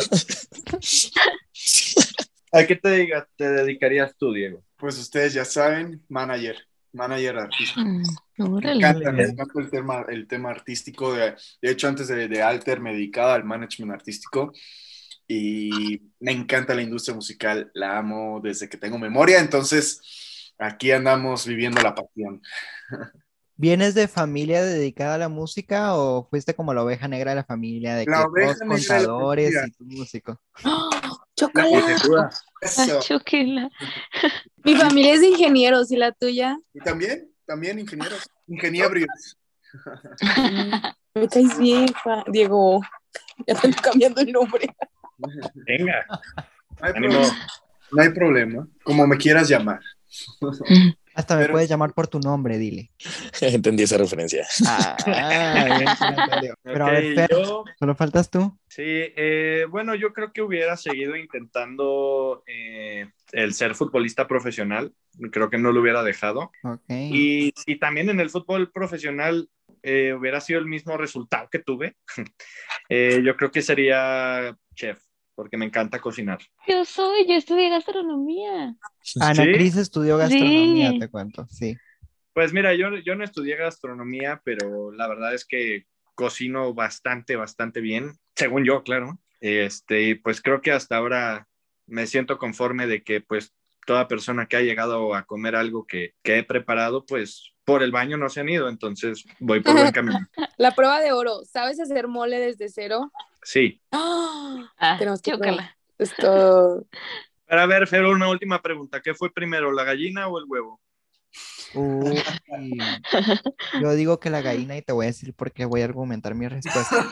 [SPEAKER 5] ¿A qué te, diga, te dedicarías tú, Diego?
[SPEAKER 4] Pues ustedes ya saben, manager, manager artístico.
[SPEAKER 2] Mm,
[SPEAKER 4] Me
[SPEAKER 2] órale.
[SPEAKER 4] encanta, me encanta el tema, el tema artístico. De, de hecho, antes de, de Alter me dedicaba al management artístico y me encanta la industria musical, la amo desde que tengo memoria, entonces aquí andamos viviendo la pasión.
[SPEAKER 1] ¿Vienes de familia dedicada a la música o fuiste como la oveja negra de la familia, de
[SPEAKER 4] La
[SPEAKER 1] que
[SPEAKER 4] oveja
[SPEAKER 1] todos
[SPEAKER 4] negra de la
[SPEAKER 1] contadores
[SPEAKER 4] familia.
[SPEAKER 1] y tú músico?
[SPEAKER 3] ¡Chocolate!
[SPEAKER 4] Eso.
[SPEAKER 2] Choquela.
[SPEAKER 3] Mi familia es de ingenieros, ¿y la tuya?
[SPEAKER 4] Y también, también ingenieros, ingeniebrios.
[SPEAKER 3] Me caes bien, Juan. Diego. Ya te ando cambiando el nombre.
[SPEAKER 5] Venga,
[SPEAKER 4] No hay,
[SPEAKER 5] ánimo.
[SPEAKER 4] problema, no hay problema, como me quieras llamar.
[SPEAKER 1] Hasta me
[SPEAKER 4] Pero-
[SPEAKER 1] puedes llamar por tu nombre, dile.
[SPEAKER 6] Entendí esa referencia.
[SPEAKER 1] Ah, bien, sí lo entendió. Pero a
[SPEAKER 5] Ok,
[SPEAKER 1] ver, Fer,
[SPEAKER 5] yo,
[SPEAKER 1] solo faltas tú.
[SPEAKER 5] sí, eh, bueno, yo creo que hubiera seguido intentando eh, el ser futbolista profesional, creo que no lo hubiera dejado.
[SPEAKER 1] Okay.
[SPEAKER 5] Y, y también en el fútbol profesional eh, hubiera sido el mismo resultado que tuve. eh, yo creo que sería chef, porque me encanta cocinar.
[SPEAKER 2] Yo soy, yo estudié gastronomía.
[SPEAKER 1] Ana
[SPEAKER 5] ¿Sí?
[SPEAKER 1] Cris estudió gastronomía,
[SPEAKER 2] Sí.
[SPEAKER 1] te cuento, sí.
[SPEAKER 5] Pues mira, yo, yo no estudié gastronomía, pero la verdad es que cocino bastante, bastante bien, según yo, claro. Este, y pues creo que hasta ahora me siento conforme de que pues toda persona que ha llegado a comer algo que, que he preparado, pues por el baño no se han ido, entonces voy por buen camino.
[SPEAKER 3] La prueba de oro, ¿sabes hacer mole desde cero?
[SPEAKER 5] Sí.
[SPEAKER 3] ¡Ah!
[SPEAKER 2] Ah,
[SPEAKER 3] Tenemos que probar.
[SPEAKER 2] chócala.
[SPEAKER 3] Esto...
[SPEAKER 5] Pero a ver, Fer, una última pregunta. ¿Qué fue primero, la gallina o el huevo?
[SPEAKER 1] Uy, yo digo que la gallina y te voy a decir por qué voy a argumentar mi respuesta.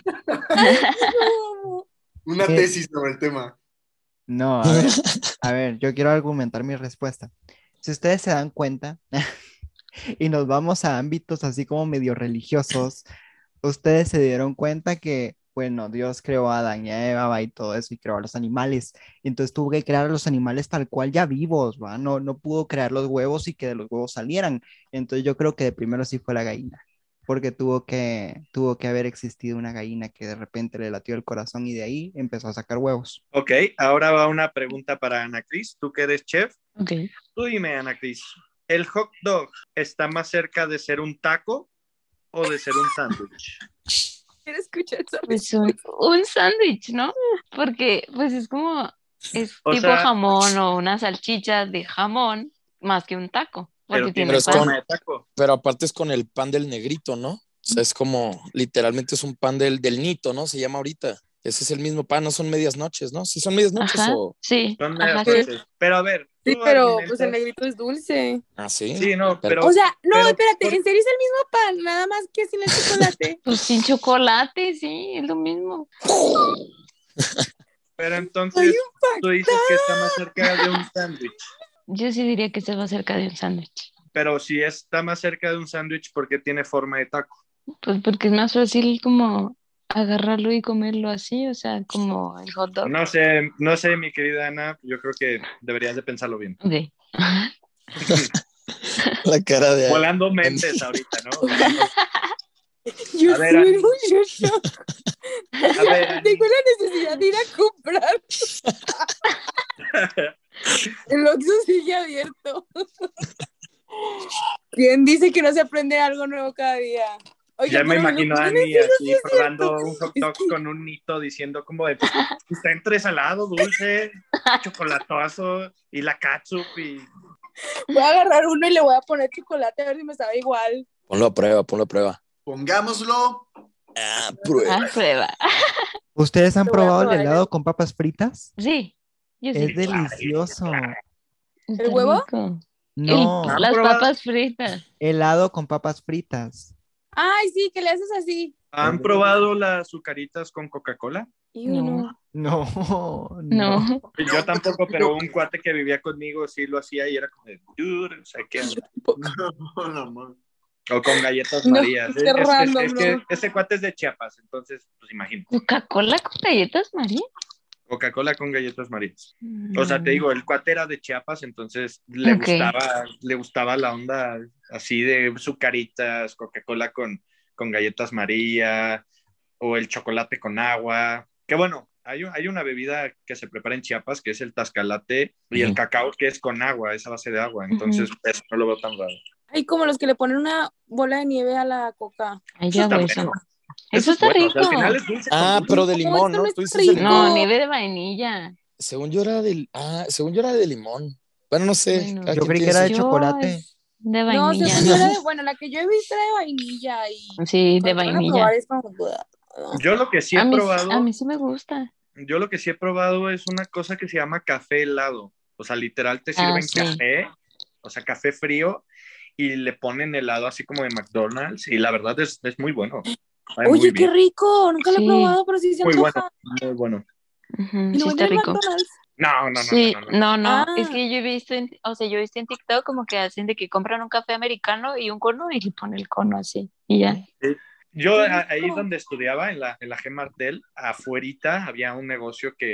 [SPEAKER 4] Una
[SPEAKER 1] Eh,
[SPEAKER 4] tesis sobre el tema.
[SPEAKER 1] No, a ver, a ver, yo quiero argumentar mi respuesta. Si ustedes se dan cuenta y nos vamos a ámbitos así como medio religiosos, ustedes se dieron cuenta que, bueno, Dios creó a Adán y a Eva y todo eso y creó a los animales. Y entonces tuvo que crear a los animales tal cual ya vivos, ¿va? No, no pudo crear los huevos y que de los huevos salieran. Entonces yo creo que de primero sí fue la gallina, porque tuvo que, tuvo que haber existido una gallina que de repente le latió el corazón y de ahí empezó a sacar huevos.
[SPEAKER 5] Ok, ahora va una pregunta para Ana Cris. Tú que eres chef,
[SPEAKER 2] Ok.
[SPEAKER 5] tú dime, Ana Cris, ¿el hot dog está más cerca de ser un taco o de ser un sándwich?
[SPEAKER 3] Quiero escuchar esa
[SPEAKER 2] Pues un, un sándwich, ¿no? Porque pues es como, es
[SPEAKER 5] O
[SPEAKER 2] tipo
[SPEAKER 5] sea-
[SPEAKER 2] jamón o una salchicha de jamón más que un taco, porque
[SPEAKER 5] Pero
[SPEAKER 2] tiene
[SPEAKER 5] tiene
[SPEAKER 6] es
[SPEAKER 2] pan.
[SPEAKER 5] forma de taco.
[SPEAKER 6] Pero aparte es con el pan del negrito, ¿no? O sea, es como, literalmente es un pan del, del nito, ¿no? Se llama ahorita. Ese es el mismo pan, no son medias noches, ¿no? ¿Sí son medias noches
[SPEAKER 2] Ajá,
[SPEAKER 6] o...?
[SPEAKER 2] sí,
[SPEAKER 5] Son
[SPEAKER 2] ajá,
[SPEAKER 5] medias
[SPEAKER 2] sí.
[SPEAKER 5] noches. Pero a ver,
[SPEAKER 3] Sí,
[SPEAKER 5] tú
[SPEAKER 3] pero
[SPEAKER 5] argumentas-
[SPEAKER 3] pues el negrito es dulce.
[SPEAKER 6] Ah, sí.
[SPEAKER 5] Sí, no,
[SPEAKER 6] Pero-
[SPEAKER 5] pero...
[SPEAKER 3] O sea, no,
[SPEAKER 5] pero
[SPEAKER 3] espérate,
[SPEAKER 5] por-
[SPEAKER 3] en serio es el mismo pan, nada más que sin el chocolate.
[SPEAKER 2] Pues sin chocolate, sí, es lo mismo.
[SPEAKER 5] Pero
[SPEAKER 3] Soy
[SPEAKER 5] entonces
[SPEAKER 3] un
[SPEAKER 5] tú dices que está más cerca de un sándwich.
[SPEAKER 2] Yo sí diría que se va cerca de un sándwich.
[SPEAKER 5] Pero si está más cerca de un sándwich, ¿por qué tiene forma de taco?
[SPEAKER 2] Pues porque es más fácil como agarrarlo y comerlo así, o sea, como el hot dog.
[SPEAKER 5] No sé, no sé, mi querida Ana, yo creo que deberías de pensarlo bien.
[SPEAKER 2] Ok.
[SPEAKER 6] La cara de...
[SPEAKER 5] Volando mentes ahorita, ¿no? Volando-
[SPEAKER 3] Yo
[SPEAKER 5] A ver,
[SPEAKER 3] estoy
[SPEAKER 5] Ani.
[SPEAKER 3] en mucho shock.
[SPEAKER 5] A ver, Ani.
[SPEAKER 3] Tengo la necesidad de ir a comprar. El Oxxo sigue abierto. ¿Quién dice que no se aprende algo nuevo cada día? Oye,
[SPEAKER 5] Ya me
[SPEAKER 3] pero
[SPEAKER 5] imagino a
[SPEAKER 3] lo-
[SPEAKER 5] Ani así probando
[SPEAKER 3] cierto.
[SPEAKER 5] un hot
[SPEAKER 3] Es
[SPEAKER 5] dog
[SPEAKER 3] que-
[SPEAKER 5] con un nito diciendo como de está entre salado, dulce, chocolatoso y la catsup y
[SPEAKER 3] Voy a agarrar uno y le voy a poner chocolate a ver si me sabe igual.
[SPEAKER 6] Ponlo a prueba, ponlo a prueba.
[SPEAKER 4] Pongámoslo.
[SPEAKER 6] Ah, prueba.
[SPEAKER 2] Ah, prueba.
[SPEAKER 1] ¿Ustedes han
[SPEAKER 3] Lo voy a
[SPEAKER 1] probado el
[SPEAKER 3] probar.
[SPEAKER 1] helado con papas fritas?
[SPEAKER 2] Sí, yo sí.
[SPEAKER 1] Es delicioso.
[SPEAKER 2] Está
[SPEAKER 3] ¿El huevo?
[SPEAKER 2] rico.
[SPEAKER 1] No,
[SPEAKER 2] El-
[SPEAKER 5] ¿Han
[SPEAKER 2] las
[SPEAKER 5] probado?
[SPEAKER 2] papas fritas.
[SPEAKER 1] helado con papas fritas.
[SPEAKER 3] Ay, sí, que le haces así.
[SPEAKER 5] ¿han probado las azucaritas con Coca-Cola?
[SPEAKER 3] Y
[SPEAKER 2] No.
[SPEAKER 3] uno.
[SPEAKER 1] No,
[SPEAKER 2] No.
[SPEAKER 1] no.
[SPEAKER 5] Yo tampoco, pero un cuate que vivía conmigo sí lo hacía y era como de, dude, o sea, ¿qué onda?
[SPEAKER 4] No, no, no.
[SPEAKER 5] O con galletas
[SPEAKER 3] No,
[SPEAKER 5] Marías.
[SPEAKER 3] qué
[SPEAKER 5] Es, es-
[SPEAKER 3] random,
[SPEAKER 5] es que
[SPEAKER 3] ¿no?
[SPEAKER 5] ese cuate es de Chiapas, entonces, pues imagino.
[SPEAKER 2] ¿Coca-Cola con galletas María?
[SPEAKER 5] Coca-Cola con galletas Marías. O sea, te digo, el cuate era de Chiapas, entonces le
[SPEAKER 2] Ok.
[SPEAKER 5] gustaba, le gustaba la onda así de sucaritas, Coca-Cola con, con galletas María, o el chocolate con agua. Que bueno, hay, un- hay una bebida que se prepara en Chiapas que es el tascalate y el
[SPEAKER 6] Ujú.
[SPEAKER 5] cacao que es con agua, esa base de agua. Entonces, eso no lo veo tan raro.
[SPEAKER 3] Ay, como los que le ponen una bola de nieve a la coca.
[SPEAKER 2] Ay,
[SPEAKER 5] Eso
[SPEAKER 2] ya
[SPEAKER 5] está
[SPEAKER 2] hago
[SPEAKER 5] bueno.
[SPEAKER 2] eso. Eso
[SPEAKER 5] es
[SPEAKER 2] está
[SPEAKER 5] bueno, o
[SPEAKER 2] rico.
[SPEAKER 5] sea, al final es dulce. con
[SPEAKER 6] Ah,
[SPEAKER 5] dulce.
[SPEAKER 6] pero de
[SPEAKER 3] No,
[SPEAKER 6] limón,
[SPEAKER 3] esto
[SPEAKER 6] ¿no?
[SPEAKER 3] no
[SPEAKER 6] Tú
[SPEAKER 3] está
[SPEAKER 6] dices de
[SPEAKER 3] rico.
[SPEAKER 6] limón.
[SPEAKER 2] No, nieve de vainilla.
[SPEAKER 6] Según yo era del... Ah, según yo era de limón. Bueno, no sé.
[SPEAKER 2] Bueno,
[SPEAKER 6] cada
[SPEAKER 1] Yo
[SPEAKER 6] quien
[SPEAKER 1] creí que
[SPEAKER 6] tiene
[SPEAKER 1] era de
[SPEAKER 6] su-
[SPEAKER 2] Yo
[SPEAKER 1] chocolate.
[SPEAKER 2] es de
[SPEAKER 3] No,
[SPEAKER 2] vainilla.
[SPEAKER 3] según yo era de, bueno, la que yo he visto era de vainilla y
[SPEAKER 2] Sí, de
[SPEAKER 3] cuando van a
[SPEAKER 2] vainilla.
[SPEAKER 3] probar es como, "Buah".
[SPEAKER 5] Yo lo que sí he
[SPEAKER 2] A mí,
[SPEAKER 5] probado,
[SPEAKER 2] a mí sí me gusta.
[SPEAKER 5] yo lo que sí he probado es una cosa que se llama café helado. O sea, literal te
[SPEAKER 2] Ah,
[SPEAKER 5] sirven
[SPEAKER 2] sí.
[SPEAKER 5] café, o sea, café frío, y le ponen helado así como de McDonald's, y la verdad es, es muy bueno. Sabe muy
[SPEAKER 3] Oye, qué
[SPEAKER 5] bien.
[SPEAKER 3] rico, nunca lo he
[SPEAKER 2] Sí.
[SPEAKER 3] probado, pero sí se
[SPEAKER 5] Muy bueno,
[SPEAKER 3] antoja.
[SPEAKER 5] muy bueno.
[SPEAKER 2] Ujú,
[SPEAKER 3] ¿Y
[SPEAKER 2] sí
[SPEAKER 3] lo
[SPEAKER 2] está
[SPEAKER 3] venden en
[SPEAKER 2] rico.
[SPEAKER 3] McDonald's?
[SPEAKER 5] No, no, no,
[SPEAKER 2] Sí,
[SPEAKER 5] no, no, no.
[SPEAKER 2] no, no,
[SPEAKER 3] Ah.
[SPEAKER 2] es que yo he visto, en, o sea, yo he visto en TikTok como que hacen de que compran un café americano y un cono y le ponen el cono así y ya.
[SPEAKER 5] Yo
[SPEAKER 3] Qué
[SPEAKER 5] a- ahí
[SPEAKER 3] rico.
[SPEAKER 5] donde estudiaba, en la, en la G Martel, afuerita había un negocio que,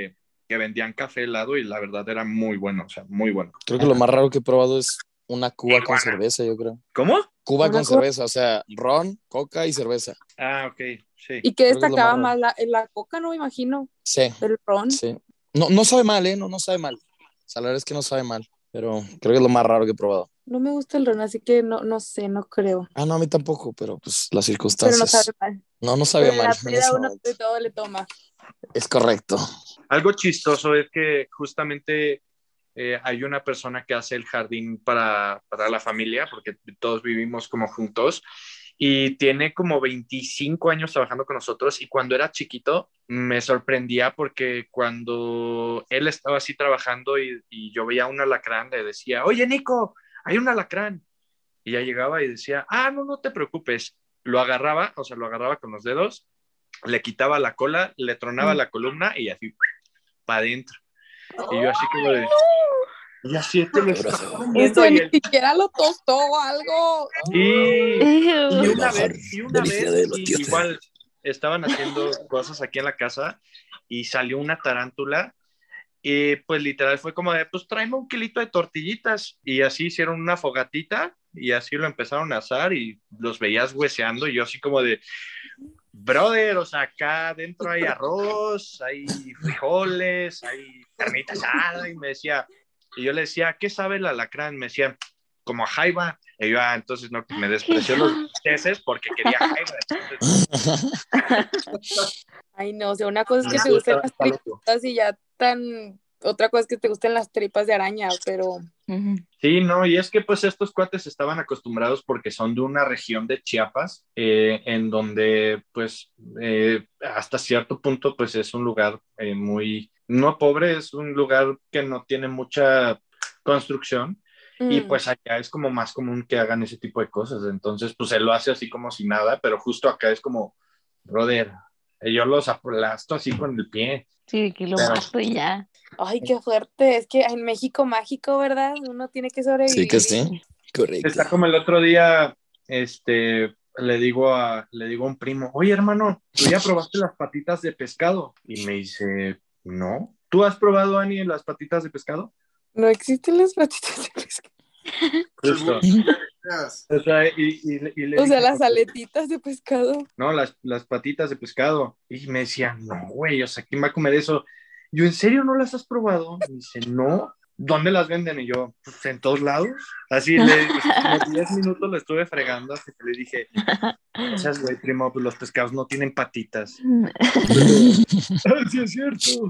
[SPEAKER 5] que vendían café helado y la verdad era muy bueno, o sea, muy bueno.
[SPEAKER 6] Creo que lo más raro que he probado es una cuba con cerveza, yo creo.
[SPEAKER 5] ¿Cómo?
[SPEAKER 6] Cuba
[SPEAKER 3] Una
[SPEAKER 6] con
[SPEAKER 3] cuba.
[SPEAKER 6] cerveza, o sea, ron, coca y cerveza.
[SPEAKER 5] Ah, ok, sí.
[SPEAKER 3] ¿Y qué
[SPEAKER 6] Creo que es lo
[SPEAKER 3] destacaba
[SPEAKER 6] más
[SPEAKER 3] más? La, la coca, no me imagino.
[SPEAKER 6] Sí,
[SPEAKER 3] El ron.
[SPEAKER 6] sí. No, no sabe mal, ¿eh? No, no sabe mal. O sea, la verdad es que no sabe mal, pero creo que es lo más raro que he probado.
[SPEAKER 3] No me gusta el ron, así que no, no sé, no creo.
[SPEAKER 6] Ah, no, a mí tampoco, pero pues las
[SPEAKER 3] Pero
[SPEAKER 6] circunstancias.
[SPEAKER 3] no sabe mal.
[SPEAKER 6] No, no sabía
[SPEAKER 3] Pero en
[SPEAKER 6] mal
[SPEAKER 3] la
[SPEAKER 6] en
[SPEAKER 3] vida
[SPEAKER 6] ese
[SPEAKER 3] uno
[SPEAKER 6] momento.
[SPEAKER 3] de todo le toma.
[SPEAKER 6] Es correcto.
[SPEAKER 5] Algo chistoso es que justamente eh, hay una persona que hace el jardín para, para la familia, porque todos vivimos como juntos, y tiene como veinticinco años trabajando con nosotros, y cuando era chiquito me sorprendía porque cuando él estaba así trabajando y, y yo veía un alacrán, le decía, oye Nico, hay un alacrán, y ya llegaba y decía, ah, no, no te preocupes, lo agarraba, o sea, lo agarraba con los dedos, le quitaba la cola, le tronaba
[SPEAKER 3] Mm.
[SPEAKER 5] la columna y así, para adentro. Y yo así como de... Y así te lo está
[SPEAKER 3] O
[SPEAKER 5] comiendo
[SPEAKER 3] sea,
[SPEAKER 5] y
[SPEAKER 3] ni
[SPEAKER 5] él...
[SPEAKER 3] siquiera lo tostó o algo.
[SPEAKER 5] Y, y
[SPEAKER 2] Ew.
[SPEAKER 5] una vez, y una vez y igual estaban haciendo cosas aquí en la casa y salió una tarántula y pues literal fue como de, pues tráeme un kilito de tortillitas y así hicieron una fogatita y así lo empezaron a asar y los veías hueseando y yo así como de, brother, o sea, acá adentro hay arroz, hay frijoles, hay carnita asada y me decía, y yo le decía, ¿qué sabe el alacrán? Me decía, como a jaiba. Y yo, ah, entonces no, me despreció los peces porque quería jaiba. Entonces,
[SPEAKER 3] Ay, no, o sea, una cosa es que
[SPEAKER 5] no,
[SPEAKER 3] te gusten
[SPEAKER 5] está-
[SPEAKER 3] las
[SPEAKER 5] está loco.
[SPEAKER 3] tripas y ya tan... Otra cosa es que te gusten las tripas de araña, pero...
[SPEAKER 2] Ujú.
[SPEAKER 5] Sí, no, y es que pues estos cuates estaban acostumbrados porque son de una región de Chiapas, eh, en donde pues eh, hasta cierto punto pues es un lugar eh, muy, no pobre, es un lugar que no tiene mucha construcción y
[SPEAKER 3] mm,
[SPEAKER 5] pues allá es como más común que hagan ese tipo de cosas, entonces pues él lo hace así como si nada, pero justo acá es como, brother, eh, yo los aplasto así con el pie.
[SPEAKER 2] Sí, que lo
[SPEAKER 5] Pero-
[SPEAKER 2] mato y ya.
[SPEAKER 3] Ay, qué fuerte. Es que en México mágico, ¿verdad? Uno tiene que sobrevivir.
[SPEAKER 6] Sí que sí. Correcto.
[SPEAKER 5] Está como el otro día, este, le digo a, le digo a un primo, oye hermano, ¿tú ya probaste las patitas de pescado? Y me dice, no. ¿Tú has probado, Ani, las patitas de pescado?
[SPEAKER 3] No existen las patitas de pescado.
[SPEAKER 5] Justo. O sea, y, y, y le
[SPEAKER 3] O sea,
[SPEAKER 5] dije,
[SPEAKER 3] las aletitas de pescado.
[SPEAKER 5] no, las, las patitas de pescado. Y me decía, no, güey, o sea, ¿quién va a comer eso? Yo, ¿en serio no las has probado? Y dice, no. ¿Dónde las venden? Y yo, pues en todos lados. Así, le, como diez minutos le estuve fregando hasta que le dije, o sea, güey, primo, pues los pescados no tienen patitas. Ah, sí, es cierto.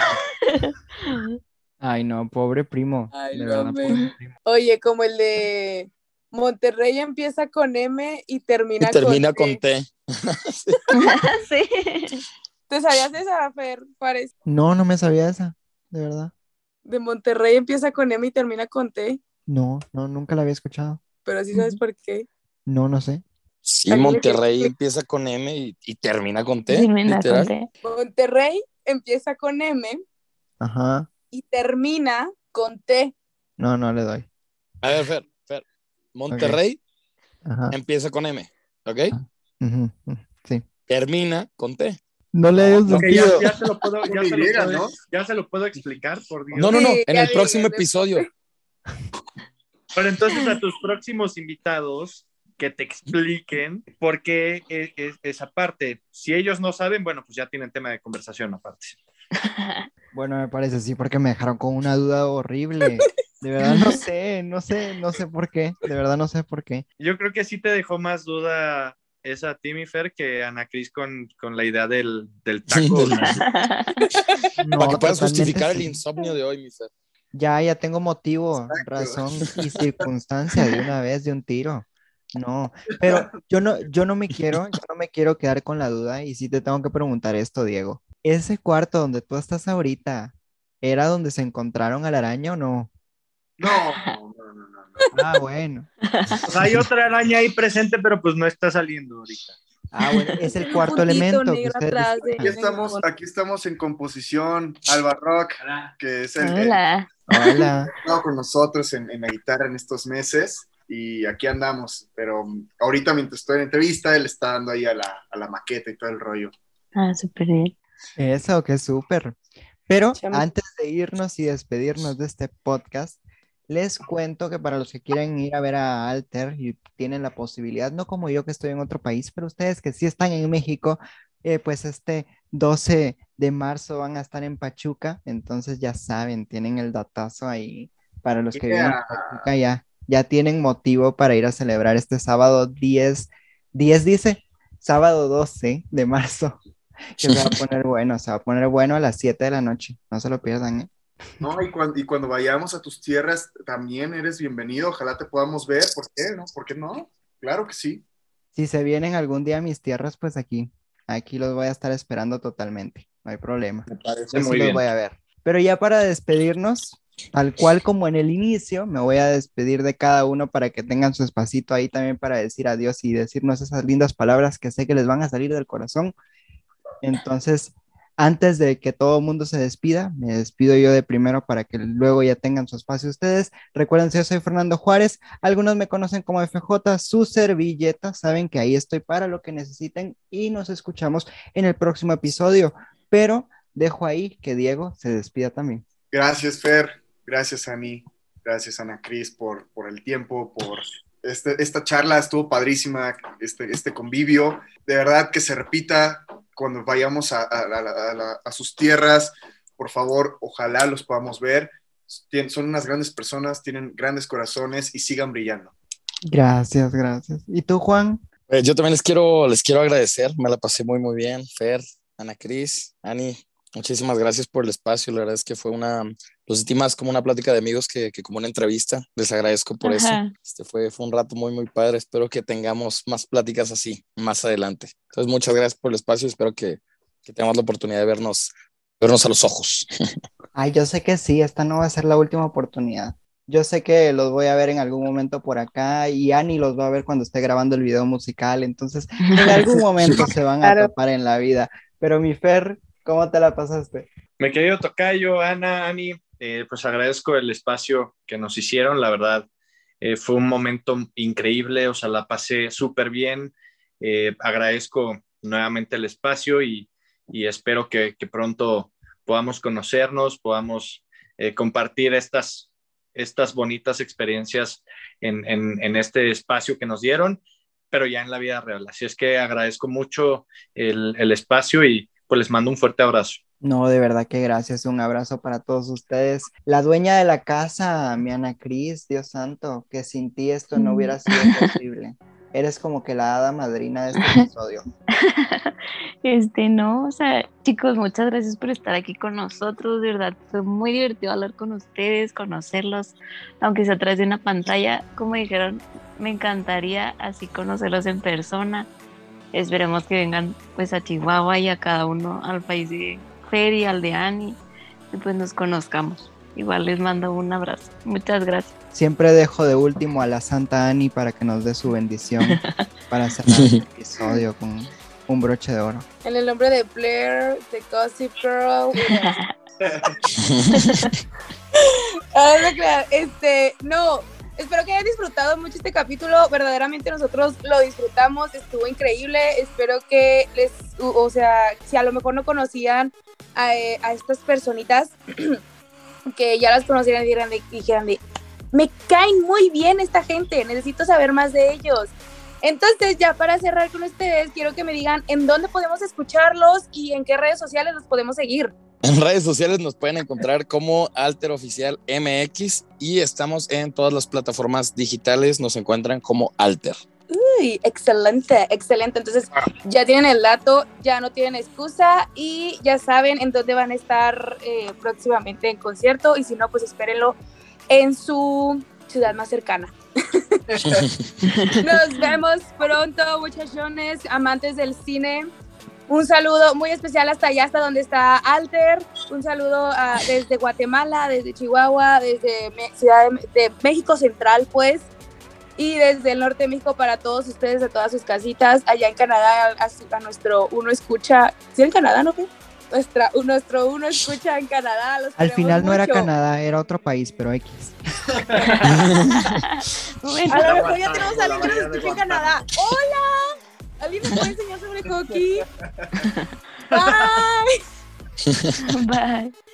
[SPEAKER 1] Ay, no, pobre primo.
[SPEAKER 3] Ay,
[SPEAKER 1] de
[SPEAKER 3] no,
[SPEAKER 1] verdad,
[SPEAKER 3] me-
[SPEAKER 1] pobre primo.
[SPEAKER 3] Oye, como el de Monterrey empieza con M y
[SPEAKER 6] Y
[SPEAKER 3] termina,
[SPEAKER 6] termina
[SPEAKER 3] con
[SPEAKER 6] con
[SPEAKER 3] T.
[SPEAKER 6] T.
[SPEAKER 2] Sí.
[SPEAKER 3] ¿Te sabías esa, Fer? Parece.
[SPEAKER 1] No, no me sabía esa, de verdad.
[SPEAKER 3] De Monterrey empieza con M y termina con T.
[SPEAKER 1] No, no, nunca la había escuchado.
[SPEAKER 3] Pero sí sabes por qué.
[SPEAKER 1] No, no sé.
[SPEAKER 6] Sí,
[SPEAKER 3] Alguien le
[SPEAKER 6] Monterrey
[SPEAKER 3] tiene que-
[SPEAKER 6] empieza con M y, y termina con T.
[SPEAKER 2] Termina con
[SPEAKER 6] literal.
[SPEAKER 2] T.
[SPEAKER 3] Monterrey empieza con M
[SPEAKER 1] Ajá.
[SPEAKER 3] y termina con T.
[SPEAKER 1] No, no le doy.
[SPEAKER 6] A ver, Fer, Fer. Monterrey
[SPEAKER 1] Ajá.
[SPEAKER 6] empieza con M, ¿ok?
[SPEAKER 1] Ujú, ujú, sí.
[SPEAKER 6] Termina con T.
[SPEAKER 1] No le dio
[SPEAKER 5] Ok, ya,
[SPEAKER 1] sentido.
[SPEAKER 5] ya se lo puedo, ya
[SPEAKER 4] Con
[SPEAKER 5] se lo
[SPEAKER 4] Y,
[SPEAKER 5] puedo,
[SPEAKER 4] ¿no?
[SPEAKER 5] ya se lo puedo explicar, por Dios.
[SPEAKER 6] No, no, no.
[SPEAKER 3] Sí,
[SPEAKER 6] En
[SPEAKER 3] ya
[SPEAKER 6] el próximo
[SPEAKER 3] díganle.
[SPEAKER 6] episodio.
[SPEAKER 5] Pero entonces a tus próximos invitados que te expliquen por qué es, es- esa parte. Si ellos no saben, bueno, pues ya tienen tema de conversación aparte.
[SPEAKER 1] Bueno, me parece sí, porque me dejaron con una duda horrible. De verdad no sé, no sé, no sé por qué. De verdad no sé por qué.
[SPEAKER 5] Yo creo que sí te dejó más duda esa Timmy Fer que Ana Cris con, con la idea del, del taco.
[SPEAKER 6] Del-
[SPEAKER 1] No,
[SPEAKER 6] Para que puedas
[SPEAKER 1] totalmente
[SPEAKER 6] justificar el
[SPEAKER 1] sí.
[SPEAKER 6] insomnio de hoy, mi Fer.
[SPEAKER 1] Ya, ya tengo motivo,
[SPEAKER 4] Exacto.
[SPEAKER 1] razón y circunstancia de una vez, de un tiro. No, pero yo no, yo no me quiero, yo no me quiero quedar con la duda y sí te tengo que preguntar esto, Diego. ¿Ese cuarto donde tú estás ahorita era donde se encontraron a la araña o no?
[SPEAKER 5] No, no, no, no, no.
[SPEAKER 1] Ah, bueno.
[SPEAKER 5] O sea, hay otra araña ahí presente, pero pues no está saliendo ahorita.
[SPEAKER 1] Ah, bueno, es el
[SPEAKER 3] Un
[SPEAKER 1] cuarto
[SPEAKER 3] puntito
[SPEAKER 1] elemento que
[SPEAKER 3] negro
[SPEAKER 1] ustedes
[SPEAKER 3] atrás de-
[SPEAKER 4] Aquí estamos, aquí estamos en composición, Alba Rock, que es el, el
[SPEAKER 2] Hola.
[SPEAKER 1] Hola.
[SPEAKER 4] que ha estado con nosotros en, en la guitarra en estos meses, y aquí andamos, pero um, ahorita mientras estoy en entrevista, él está dando ahí a la, a la maqueta y todo el rollo.
[SPEAKER 2] Ah, súper bien.
[SPEAKER 1] Eso, qué súper. Pero
[SPEAKER 3] Cham-
[SPEAKER 1] antes de irnos y despedirnos de este podcast, les cuento que para los que quieren ir a ver a Alter y tienen la posibilidad, no como yo que estoy en otro país, pero ustedes que sí están en México, eh, pues este doce de marzo van a estar en Pachuca, entonces ya saben, tienen el datazo ahí. Para los que viven en
[SPEAKER 4] Yeah.
[SPEAKER 1] Pachuca ya, ya tienen motivo para ir a celebrar este sábado diez, diez dice, sábado doce de marzo, que se va a poner bueno, se va a poner bueno a las siete de la noche, no se lo pierdan, ¿eh?
[SPEAKER 4] No, y cuando, y cuando vayamos a tus tierras, también eres bienvenido. Ojalá te podamos ver. ¿Por qué? ¿No? ¿Por qué no? Claro que sí.
[SPEAKER 1] Si se vienen algún día a mis tierras, pues aquí, aquí los voy a estar esperando totalmente, no hay problema.
[SPEAKER 5] Me parece
[SPEAKER 1] Yo sí
[SPEAKER 5] muy
[SPEAKER 1] los
[SPEAKER 5] bien.
[SPEAKER 1] voy a ver. Pero ya para despedirnos, tal cual como en el inicio, me voy a despedir de cada uno para que tengan su espacito ahí también para decir adiós y decirnos esas lindas palabras que sé que les van a salir del corazón. Entonces, antes de que todo el mundo se despida, me despido yo de primero para que luego ya tengan su espacio ustedes. Recuerden, yo soy Fernando Juárez, algunos me conocen como F J, su servilleta, saben que ahí estoy para lo que necesiten y nos escuchamos en el próximo episodio, pero dejo ahí que Diego se despida también.
[SPEAKER 4] Gracias, Fer. Gracias, Ani. Gracias, Ana Cris, por, por el tiempo, por este, esta charla. Estuvo padrísima, este, este convivio. De verdad que se repita cuando vayamos a, a, a, a, a sus tierras. Por favor, ojalá los podamos ver. Tien, son unas grandes personas, tienen grandes corazones y sigan brillando.
[SPEAKER 1] Gracias, gracias. ¿Y tú, Juan?
[SPEAKER 6] Pues yo también les quiero, les quiero agradecer, me la pasé muy, muy bien. Fer, Ana Cris, Ani, muchísimas gracias por el espacio. La verdad es que fue una, lo sentí más como una plática de amigos que, que como una entrevista. Les agradezco por Ajá. eso. Este fue, fue un rato muy, muy padre. Espero que tengamos más pláticas así más adelante. Entonces, muchas gracias por el espacio. Espero que, que tengamos la oportunidad de vernos, vernos a los ojos.
[SPEAKER 1] Ay, yo sé que sí, esta no va a ser la última oportunidad. Yo sé que los voy a ver en algún momento por acá y Ani los va a ver cuando esté grabando el video musical. Entonces, en algún momento se van a topar en la vida. Pero mi Fer, ¿cómo te la pasaste?
[SPEAKER 5] Mi querido tocayo, Ana, Ani, eh, pues agradezco el espacio que nos hicieron, la verdad, eh, fue un momento increíble, o sea, la pasé súper bien, eh, agradezco nuevamente el espacio y, y espero que, que pronto podamos conocernos, podamos eh, compartir estas, estas bonitas experiencias en, en, en este espacio que nos dieron, pero ya en la vida real, así es que agradezco mucho el, el espacio y pues les mando un fuerte abrazo.
[SPEAKER 1] No, de verdad que gracias, un abrazo para todos ustedes. La dueña de la casa, mi Ana Cris, Dios santo, que sin ti esto no hubiera sido posible. Eres como que la hada madrina de este episodio.
[SPEAKER 2] Este, no, o sea, chicos, muchas gracias por estar aquí con nosotros, de verdad, fue muy divertido hablar con ustedes, conocerlos, aunque sea a través de una pantalla, como dijeron, me encantaría así conocerlos en persona. Esperemos que vengan pues a Chihuahua y a cada uno al país de Fer y al de Ani y pues nos conozcamos. Igual les mando un abrazo. Muchas gracias.
[SPEAKER 1] Siempre dejo de último a la Santa Ani para que nos dé su bendición para cerrar el episodio con un broche de oro.
[SPEAKER 3] En el nombre de Blair, de Gossip Girl. Ah, no, claro. Este, no. Espero que hayan disfrutado mucho este capítulo, verdaderamente nosotros lo disfrutamos, estuvo increíble, espero que les, o sea, si a lo mejor no conocían a, a estas personitas, que ya las conocieran y dijeran de, dijeran de, me caen muy bien esta gente, necesito saber más de ellos. Entonces, ya para cerrar con ustedes, quiero que me digan en dónde podemos escucharlos y en qué redes sociales los podemos seguir.
[SPEAKER 6] En redes sociales nos pueden encontrar como Alter Oficial M X y estamos en todas las plataformas digitales, nos encuentran como Alter.
[SPEAKER 3] Uy, excelente, excelente. Entonces ya tienen el dato, ya no tienen excusa y ya saben en dónde van a estar eh, próximamente en concierto y si no, pues espérenlo en su ciudad más cercana. Nos vemos pronto, muchachones, amantes del cine. Un saludo muy especial hasta allá, hasta donde está Alter. Un saludo uh, desde Guatemala, desde Chihuahua, desde Me- Ciudad de, de México Central, pues. Y desde el norte de México para todos ustedes, a todas sus casitas. Allá en Canadá, a, su, a nuestro uno escucha. ¿Sí en Canadá, no? Nuestra, nuestro uno escucha en Canadá. Los
[SPEAKER 1] Al final no
[SPEAKER 3] mucho.
[SPEAKER 1] era Canadá, era otro país, pero X.
[SPEAKER 3] Bueno, a lo mejor ya tenemos a alguien que nos escucha en Canadá. ¡Hola! ¿Alguien nos puede enseñar sobre hockey? Bye.
[SPEAKER 2] Bye.